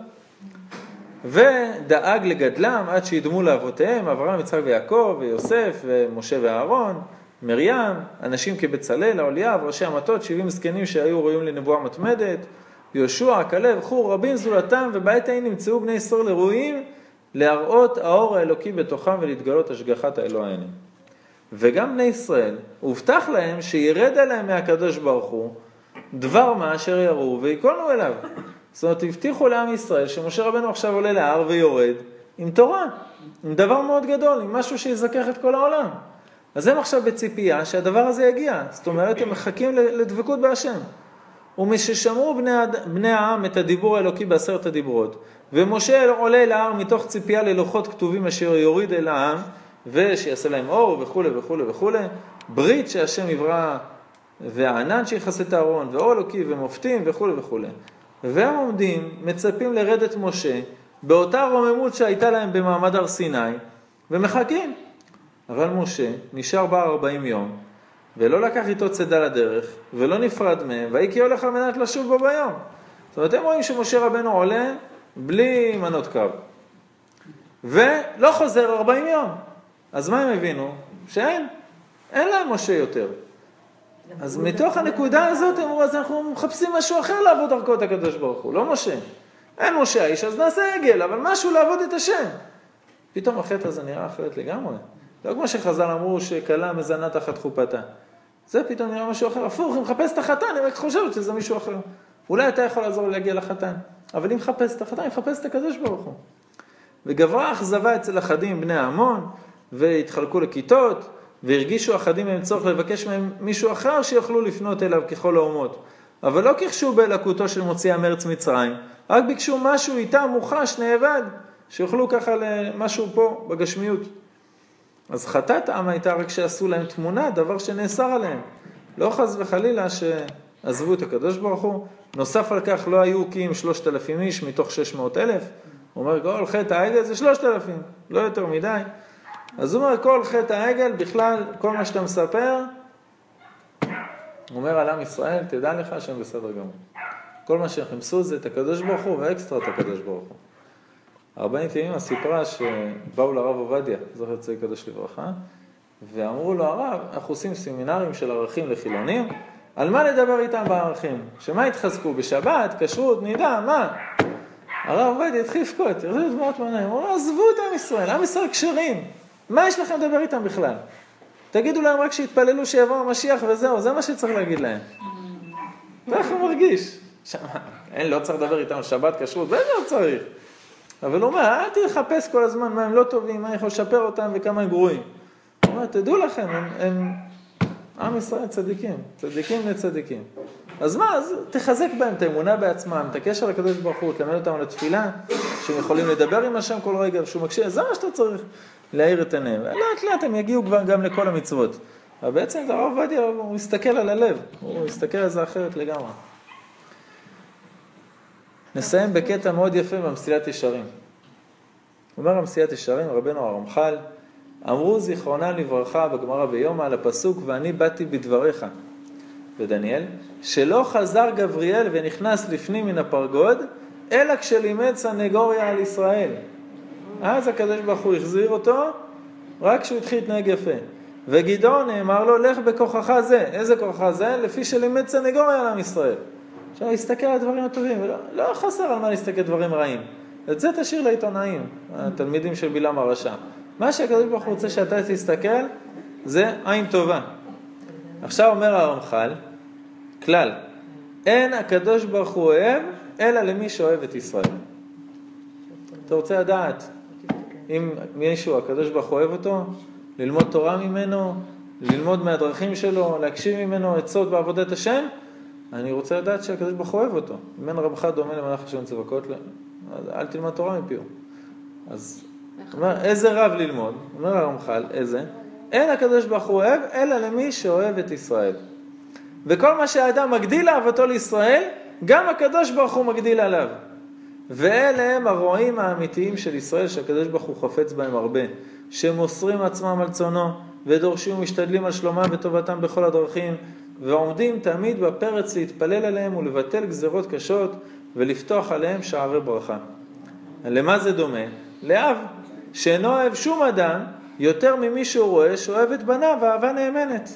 S1: ודאג לגדלם עד שידמו לאבותיהם, אברהם, יצחק ויעקב, ויוסף, ומשה ואהרון, מרים, אנשים כבצלאל, אליהו, ראשי המטות, 70 זקנים שהיו ראויים לנבואה מתמדת, יהושע, כלב, חור, רבים זולתם, ובעת ההיא נמצאו בני ישראל ראויים להראות האור האלוקי בתוכם ולהתגלות השגחת האלוה העינים. וגם בני ישראל, הובטח להם שירד עליהם מהקדוש ברוך הוא דבר מה אשר יראו ויקונו אליו. זאת אומרת, הבטיחו לעם ישראל שמשה רבנו עכשיו עולה להר ויורד עם תורה, עם דבר מאוד גדול, עם משהו שיזכח את כל העולם. אז הם עכשיו בציפייה שהדבר הזה יגיע. זאת אומרת, הם מחכים לדבקות בהשם. ומששמעו בני העם את הדיבור האלוקי בעשרת הדיברות, ומשה עולה להר מתוך ציפייה ללוחות כתובים אשר יוריד אל העם, ושיעשה להם אור וכו' וכו' וכו', ברית שהשם יברא, והענן שיחס את הארון, ואור אלוקי ומופתים וכו' וכו'. והם עומדים, מצפים לרדת משה, באותה רוממות שהייתה להם במעמד הר סיני, ומחכים. אבל משה נשאר בה 40 יום, ולא לקח איתו צידה לדרך, ולא נפרד מהם, והיא כי הולך על מנת לשוב בו ביום. זאת אומרת, הם רואים שמשה רבנו עולה בלי מנות קרב. ולא חוזר 40 יום. אז מה הם הבינו? שאין להם משה יותר. אז מתוך הנקודה הזאת הם אמרו, אז אנחנו מחפשים משהו אחר לעבוד דרכו את הקדוש ברוך הוא, לא משה. אין משה האיש, אז נעשה עגל, אבל משהו לעבוד את השם. פתאום החטא הזה נראה אחרת לגמרי. לא כמו שחז"ל אמרו שכלה מזנה תחת חופתה. זה פתאום נראה משהו אחר. הפוך, אם מחפש את החתן, אני רק חושבת שזה מישהו אחר. אולי אתה יכול לעזור להגיע לחתן. אבל אם מחפש את החתן, מחפש את הקדוש ברוך הוא. וגברה אכזבה אצל אחדים בני ההמון, והתחלקו לכיתות, והרגישו אחדים מהם צורך לבקש מהם מישהו אחר שיוכלו לפנות אליו ככל האומות. אבל לא כחשו בלקותו של מוציא המרץ מצרים, רק ביקשו משהו איתם מוחש, נאבד, שיוכלו ככה למשהו פה בגשמיות. אז חטאת העם הייתה רק שעשו להם תמונה, דבר שנאסר עליהם. לא חס וחלילה עזבו את הקדוש ברוך הוא. נוסף על כך לא היו כי אם 3,000 איש מתוך 600,000. הוא אומר כל חטא העגל זה 3,000, לא יותר מדי. אז הוא אומר כל חטא העגל בכלל, כל מה שאתה מספר, הוא אומר על עם ישראל, תדע לך שהם בסדר גמור. כל מה שהם חימסו זה את הקדוש ברוך הוא ואקסטרה את הקדוש ברוך הוא. הרבנית ימימה סיפרה שבאו לרב עובדיה, זוכר צדיק קדוש לברכה, ואמרו לו הרב, אנחנו עושים סמינרים של ערכים לחילונים, על מה לדבר איתם בערכים? שמה התחזקו? בשבת, כשרות, נידה, מה? הרב עובדיה התחיל לבכות, תראו דמעות מעיניים, הוא אומר, עזבו את עם ישראל, עם ישראל כשרים, מה יש לכם לדבר איתם בכלל? תגידו להם רק שיתפללו שיבוא המשיח וזהו, זה מה שצריך להגיד להם. ואיך הוא מרגיש? לא צריך לדבר איתם על שבת, כשרות, זה לא צריך. אבל הוא אומר, אל תחפש כל הזמן מה הם לא טובים, מה יכול לשפר אותם וכמה הם גרועים. הוא אומר, תדעו לכם, הם עם ישראל צדיקים, צדיקים לצדיקים. אז מה, אז תחזק בהם את האמונה בעצמם, את הקשר לקדוש ברוך הוא, תלמד אותם על התפילה, שהם יכולים לדבר עם השם כל רגע, שהוא מקשיב, זה מה שאתה צריך להאיר את עיניהם. לאט לאט הם יגיעו כבר גם לכל המצוות. אבל בעצם הרב עובדיה, הוא מסתכל על הלב, הוא מסתכל על זה אחרת לגמרי. נסיים בקטע מאוד יפה במסילת ישרים. הוא אומר במסילת ישרים, רבנו הרמח"ל, אמרו זיכרונם לברכה בגמרא ביומא על הפסוק ואני באתי בדבריך ודניאל, שלא חזר גבריאל ונכנס לפנים מן הפרגוד, אלא כשלימד סנגוריה על ישראל. אז הקדוש ברוך הוא החזיר אותו, רק כשהוא התחיל להתנהג יפה. וגדעון אמר לו, לך בכוחך זה. איזה כוחך זה? לפי שלימד סנגוריה על עם ישראל. עכשיו, להסתכל על הדברים הטובים, לא חסר על מה להסתכל דברים רעים. את זה תשאיר לעיתונאים, התלמידים של בלעם הרשע. מה שהקדוש ברוך הוא רוצה שאתה תסתכל, זה עין טובה. עכשיו אומר הרמח"ל, כלל, אין הקדוש ברוך הוא אוהב, אלא למי שאוהב את ישראל. אתה רוצה לדעת, אם מישהו, הקדוש ברוך הוא אוהב אותו, ללמוד תורה ממנו, ללמוד מהדרכים שלו, להקשיב ממנו עצות בעבודת השם, אני רוצה לדעת שהקדוש ברוך הוא אוהב אותו. אם אין רבך דומה למלאך השם צבקות, אל תלמד תורה מפיהו. אז אומר, איזה רב ללמוד? אומר הרמח"ל, איזה? אין הקדוש ברוך הוא אוהב, אלא למי שאוהב את ישראל. וכל מה שהאדם מגדיל אהבתו לישראל, גם הקדוש ברוך הוא מגדיל עליו. ואלה הם הרועים האמיתיים של ישראל, שהקדוש ברוך הוא חפץ בהם הרבה, שמוסרים עצמם על צונו, ודורשים ומשתדלים על שלומם וטובתם בכל הדרכים, ועומדים תמיד בפרץ להתפלל עליהם ולבטל גזרות קשות, ולפתוח עליהם שערי ברכה. למה זה דומה? לאב, שאינו אוהב שום אדם, יותר ממי שהוא רואה, שאוהב את בניו, ואהבה נאמנת.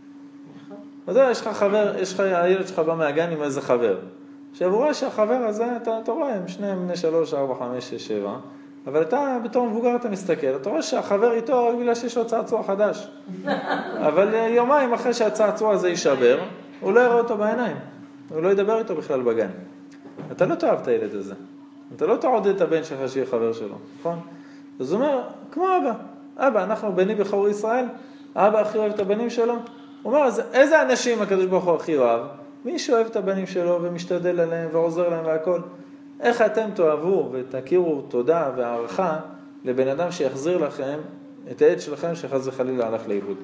S1: אז יש לך חבר, יש לך, הילד שלך בא מהגן עם איזה חבר. עכשיו הוא רואה שהחבר הזה, אתה רואה, הם שניהם בני 3, 4, 5, 6, 7, אבל אתה בתור מבוגר אתה מסתכל, אתה רואה שהחבר איתו רק בגלל שיש לו צעצוע חדש. אבל יומיים אחרי שהצעצוע הזה יישבר, הוא לא יראה אותו בעיניים. הוא לא ידבר איתו בכלל בגן. אתה לא תאהב את הילד הזה. אתה לא תעודד את הבן שלך שיהיה חבר שלו, נכון? אז הוא אומר, כמו אבא. אבא, אנחנו בני בחור ישראל, האבא הכי אוהב את הבנים שלו. הוא אומר, אז איזה אנשים הקדוש ברוך הוא הכי אוהב? מי שאוהב את הבנים שלו ומשתדל עליהם ועוזר להם והכל. איך אתם תאהבו ותכירו תודה והערכה לבן אדם שיחזיר לכם את העד שלכם שחס וחלילה הלך לאיבוד.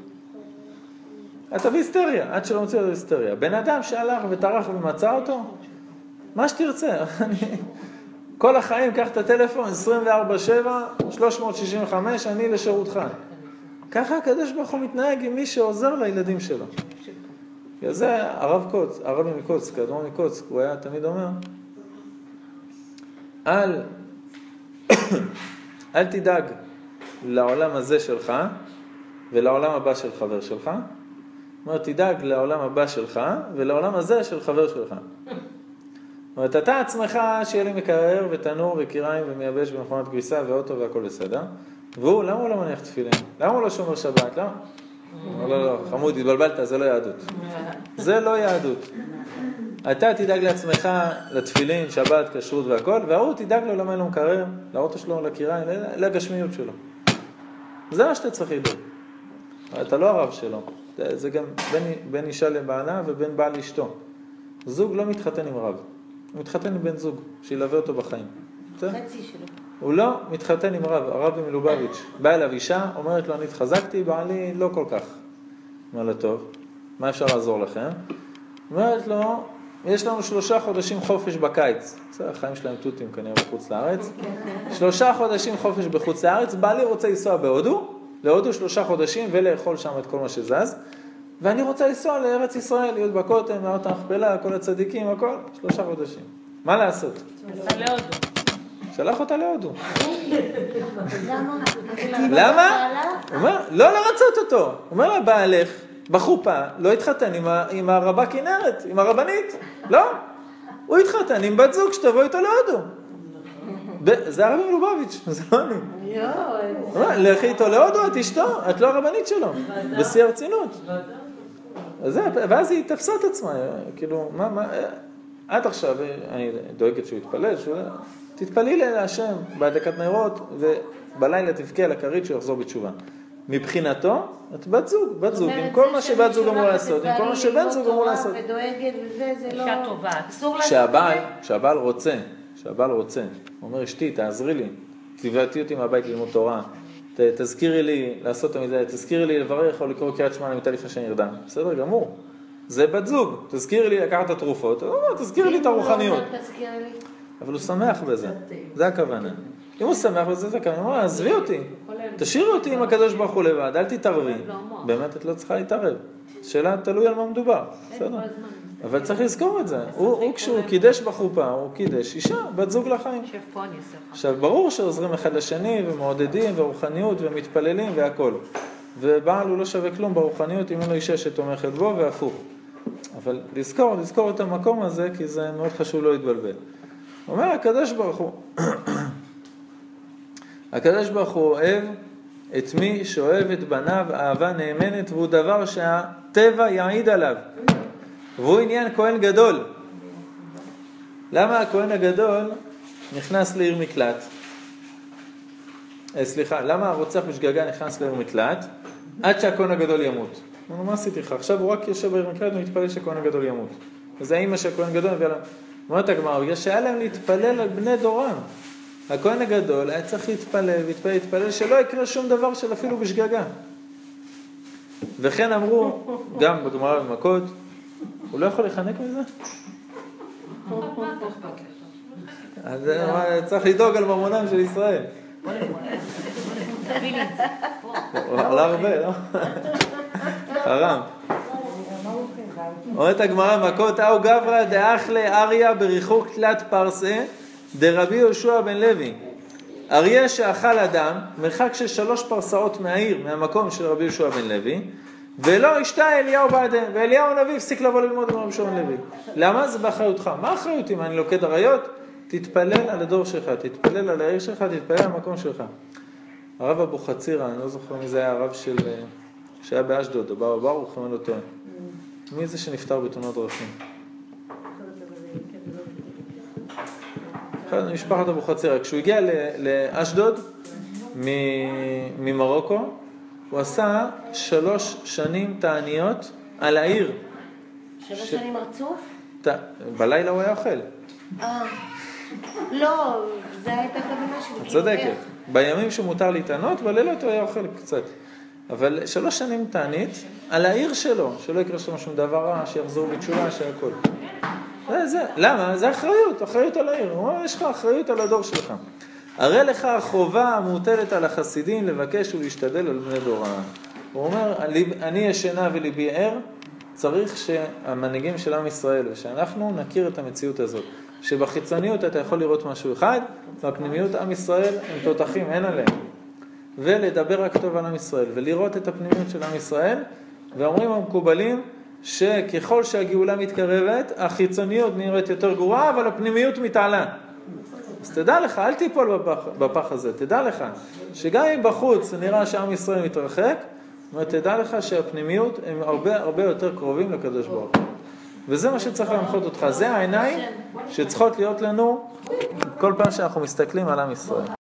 S1: אתה בהיסטריה, עד שלא מוציא את ההיסטריה. בן אדם שהלך וטרח ומצא אותו, מה שתרצה. כל החיים, קח את הטלפון, 24/7, 365, אני לשירותך. ככה הקדוש ברוך הוא מתנהג עם מי שעוזר לילדים שלו. זה הרב קוץ, הרבי מקוצק, האדמו"ר מקוצק, הוא היה תמיד אומר, אל תדאג לעולם הזה שלך ולעולם הבא של חבר שלך. זאת אומרת, תדאג לעולם הבא שלך ולעולם הזה של חבר שלך. זאת אומרת, אתה עצמך שיהיה לי מקרר ותנור וקיריים ומייבש במכונת כביסה ואוטו והכל בסדר. והוא, למה הוא לא מניח תפילין? למה הוא לא שומר שבת? למה? לא, חמוד, התבלבלת, זה לא יהדות. זה לא יהדות. אתה תדאג לעצמך לתפילין, שבת, כשרות והכל, והוא תדאג לו למה אין לו מקרר, לאוטו שלו, לקיריים, לגשמיות שלו. זה מה שאתה צריך לדאוג. אתה לא הרב שלו. זה גם בין אישה לבעלה ובין בעל לאשתו. זוג לא מתחתן עם רב. הוא מתחתן עם בן זוג, שילווה אותו בחיים.
S2: חצי שלו.
S1: הוא לא מתחתן עם רב, הרב מלובביץ'. בא אליו אישה, אומרת לו, אני התחזקתי, בעלי לא כל כך. אומר לה, טוב, מה אפשר לעזור לכם? אומרת לו, יש לנו 3 חודשים חופש בקיץ. זה החיים שלהם תותים כנראה בחוץ לארץ. 3 חודשים חופש בחוץ לארץ, בעלי רוצה לנסוע להודו 3 חודשים ולאכול שם את כל מה שזז. ואני רוצה לנסוע לארץ ישראל, להיות בכותל, מערת המכפלה, כל הצדיקים, הכל, 3 חודשים. מה לעשות? שלח אותה להודו. למה? הוא אומר, לא לרצות אותו. הוא אומר לה, בעלך, בחופה, לא התחתן עם הרבה כנרת, עם הרבנית. לא. הוא התחתן עם בת זוג שתבוא איתו להודו. זה הרבי מלובביץ', זה לא אני. הוא אומר, לכי איתו להודו, את אשתו, את לא הרבנית שלו. בשיא הרצינות. ואז היא תפסה את עצמה, כאילו, עד עכשיו, אני דואגת שהוא יתפלל, תתפלי להשם בהדלקת נרות, ובלילה תבכה על הכרית שהוא יחזור בתשובה. מבחינתו, את בת זוג, עם כל מה שבת זוג אמור לעשות, עם כל מה שבן זוג אמור לעשות.
S2: ודואגת וזה, זה לא...
S1: כשהבעל רוצה, הוא אומר, אשתי, תעזרי לי, תבעתי אותי מהבית ללמוד תורה, תזכירי לי לעשות את המזל, תזכירי לי לברך או לקרוא קריאת שמע למיטה לפני שאני נרדם. בסדר גמור. זה בת זוג. תזכירי לי לקחת את התרופות, תזכירי לי את הרוחניות. אבל הוא שמח בזה. זה הכוונה. אם הוא שמח בזה, זה הכוונה. הוא אומר, עזבי אותי. תשאירי אותי עם הקדוש ברוך הוא לבד, אל תתערבי. באמת את לא צריכה להתערב. שאלה תלוי על מה מדובר. בסדר. אבל צריך לזכור את זה. הוא כשהוא קידש בחופה, הוא קידש אישה, בת זוג לחיים. עכשיו, ברור שעוזרים אחד לשני, ומעודדים, ורוחניות, ומתפללים, והכל. ובעל הוא לא שווה כלום ברוחניות, אם אין לו אישה שתומכת בו, והפוך. אבל לזכור את המקום הזה, כי זה מאוד חשוב לא להתבלבל. אומר, הקדוש ברוך הוא אוהב את מי שאוהב את בניו אהבה נאמנת, והוא דבר שהטבע יעיד עליו. והוא עניין כהן גדול. למה הכהן הגדול נכנס לעיר מקלט? למה הרוצח בשגגה נכנס לעיר מקלט? עד שהכהן הגדול ימות. הוא אומר, מה עשיתי לך? עכשיו הוא רק יושב בעיר מקלט ומתפלל שהכהן הגדול ימות. וזה האמא שהכהן גדול הביא עליו. אומרת הגמרא, בגלל שהיה להם להתפלל על בני דורם. הכהן הגדול היה צריך להתפלל שלא יקרה שום דבר של אפילו בשגגה. וכן אמרו, גם בגמרא במכות, הוא לא יכול לחנק מזה? אז צריך לדאוג על ממונם של ישראל. עלה הרבה, לא? חרם. אומרת הגמרא במכות, אהו גברא דאכלי אריה בריחוק תלת פרסה דרבי יהושע בן לוי. אריה שאכל אדם, מרחק של 3 פרסאות מהעיר, מהמקום של רבי יהושע בן לוי, ולא השתה אליהו בעדם, ואליהו הנביא הפסיק לבוא ללמוד עם רבי יהושע בן לוי. למה? זה באחריותך. מה אחריות אם אני לוקד אריות? תתפלל על הדור שלך, תתפלל על העיר שלך, תתפלל על המקום שלך. הרב אבוחצירא, אני לא זוכר מי זה היה הרב שהיה באשדוד, הבא ברוך, אם אני לא טועה. מי זה שנפטר בתאונות דרכים? משפחת אבוחצירא. כשהוא הגיע לאשדוד ממרוקו, הוא עשה 3 שנים תעניות על העיר.
S2: 3 שנים רצוף?
S1: בלילה הוא היה אוכל.
S2: לא, זה הייתה כוונה שהוא...
S1: צודקת. בימים שמותר להתענות, בלילות הוא היה אוכל קצת. אבל 3 שנים תענית על העיר שלו, שלא יקרה שם שום דבר רע, שיחזור בתשובה, שהכל. למה? זה אחריות על העיר. הוא אומר, יש לך אחריות על הדור שלך. הרי לך החובה המוטלת על החסידים לבקש ולהשתדל על בני דורם. הוא אומר, אני ישנה וליבי ער, צריך שהמנהיגים של עם ישראל, ושאנחנו נכיר את המציאות הזאת, שבחיצוניות אתה יכול לראות משהו אחד, והפנימיות עם ישראל הם תותחים, אין עליהם. ולדבר רק טוב על עם ישראל, ולראות את הפנימיות של עם ישראל, ואומרים המקובלים, שככל שהגאולה מתקרבת, החיצוניות נראית יותר גרועה, אבל הפנימיות מתעלה. אז תדע לך, אל תיפול בפח הזה, תדע לך, שגם אם בחוץ נראה שעם ישראל מתרחק, תדע לך שהפנימיות הם הרבה יותר קרובים לקדוש ברוך הוא. וזה מה שצריך להנחות אותך, זה העיניים שצריכות להיות לנו כל פעם שאנחנו מסתכלים על עם ישראל.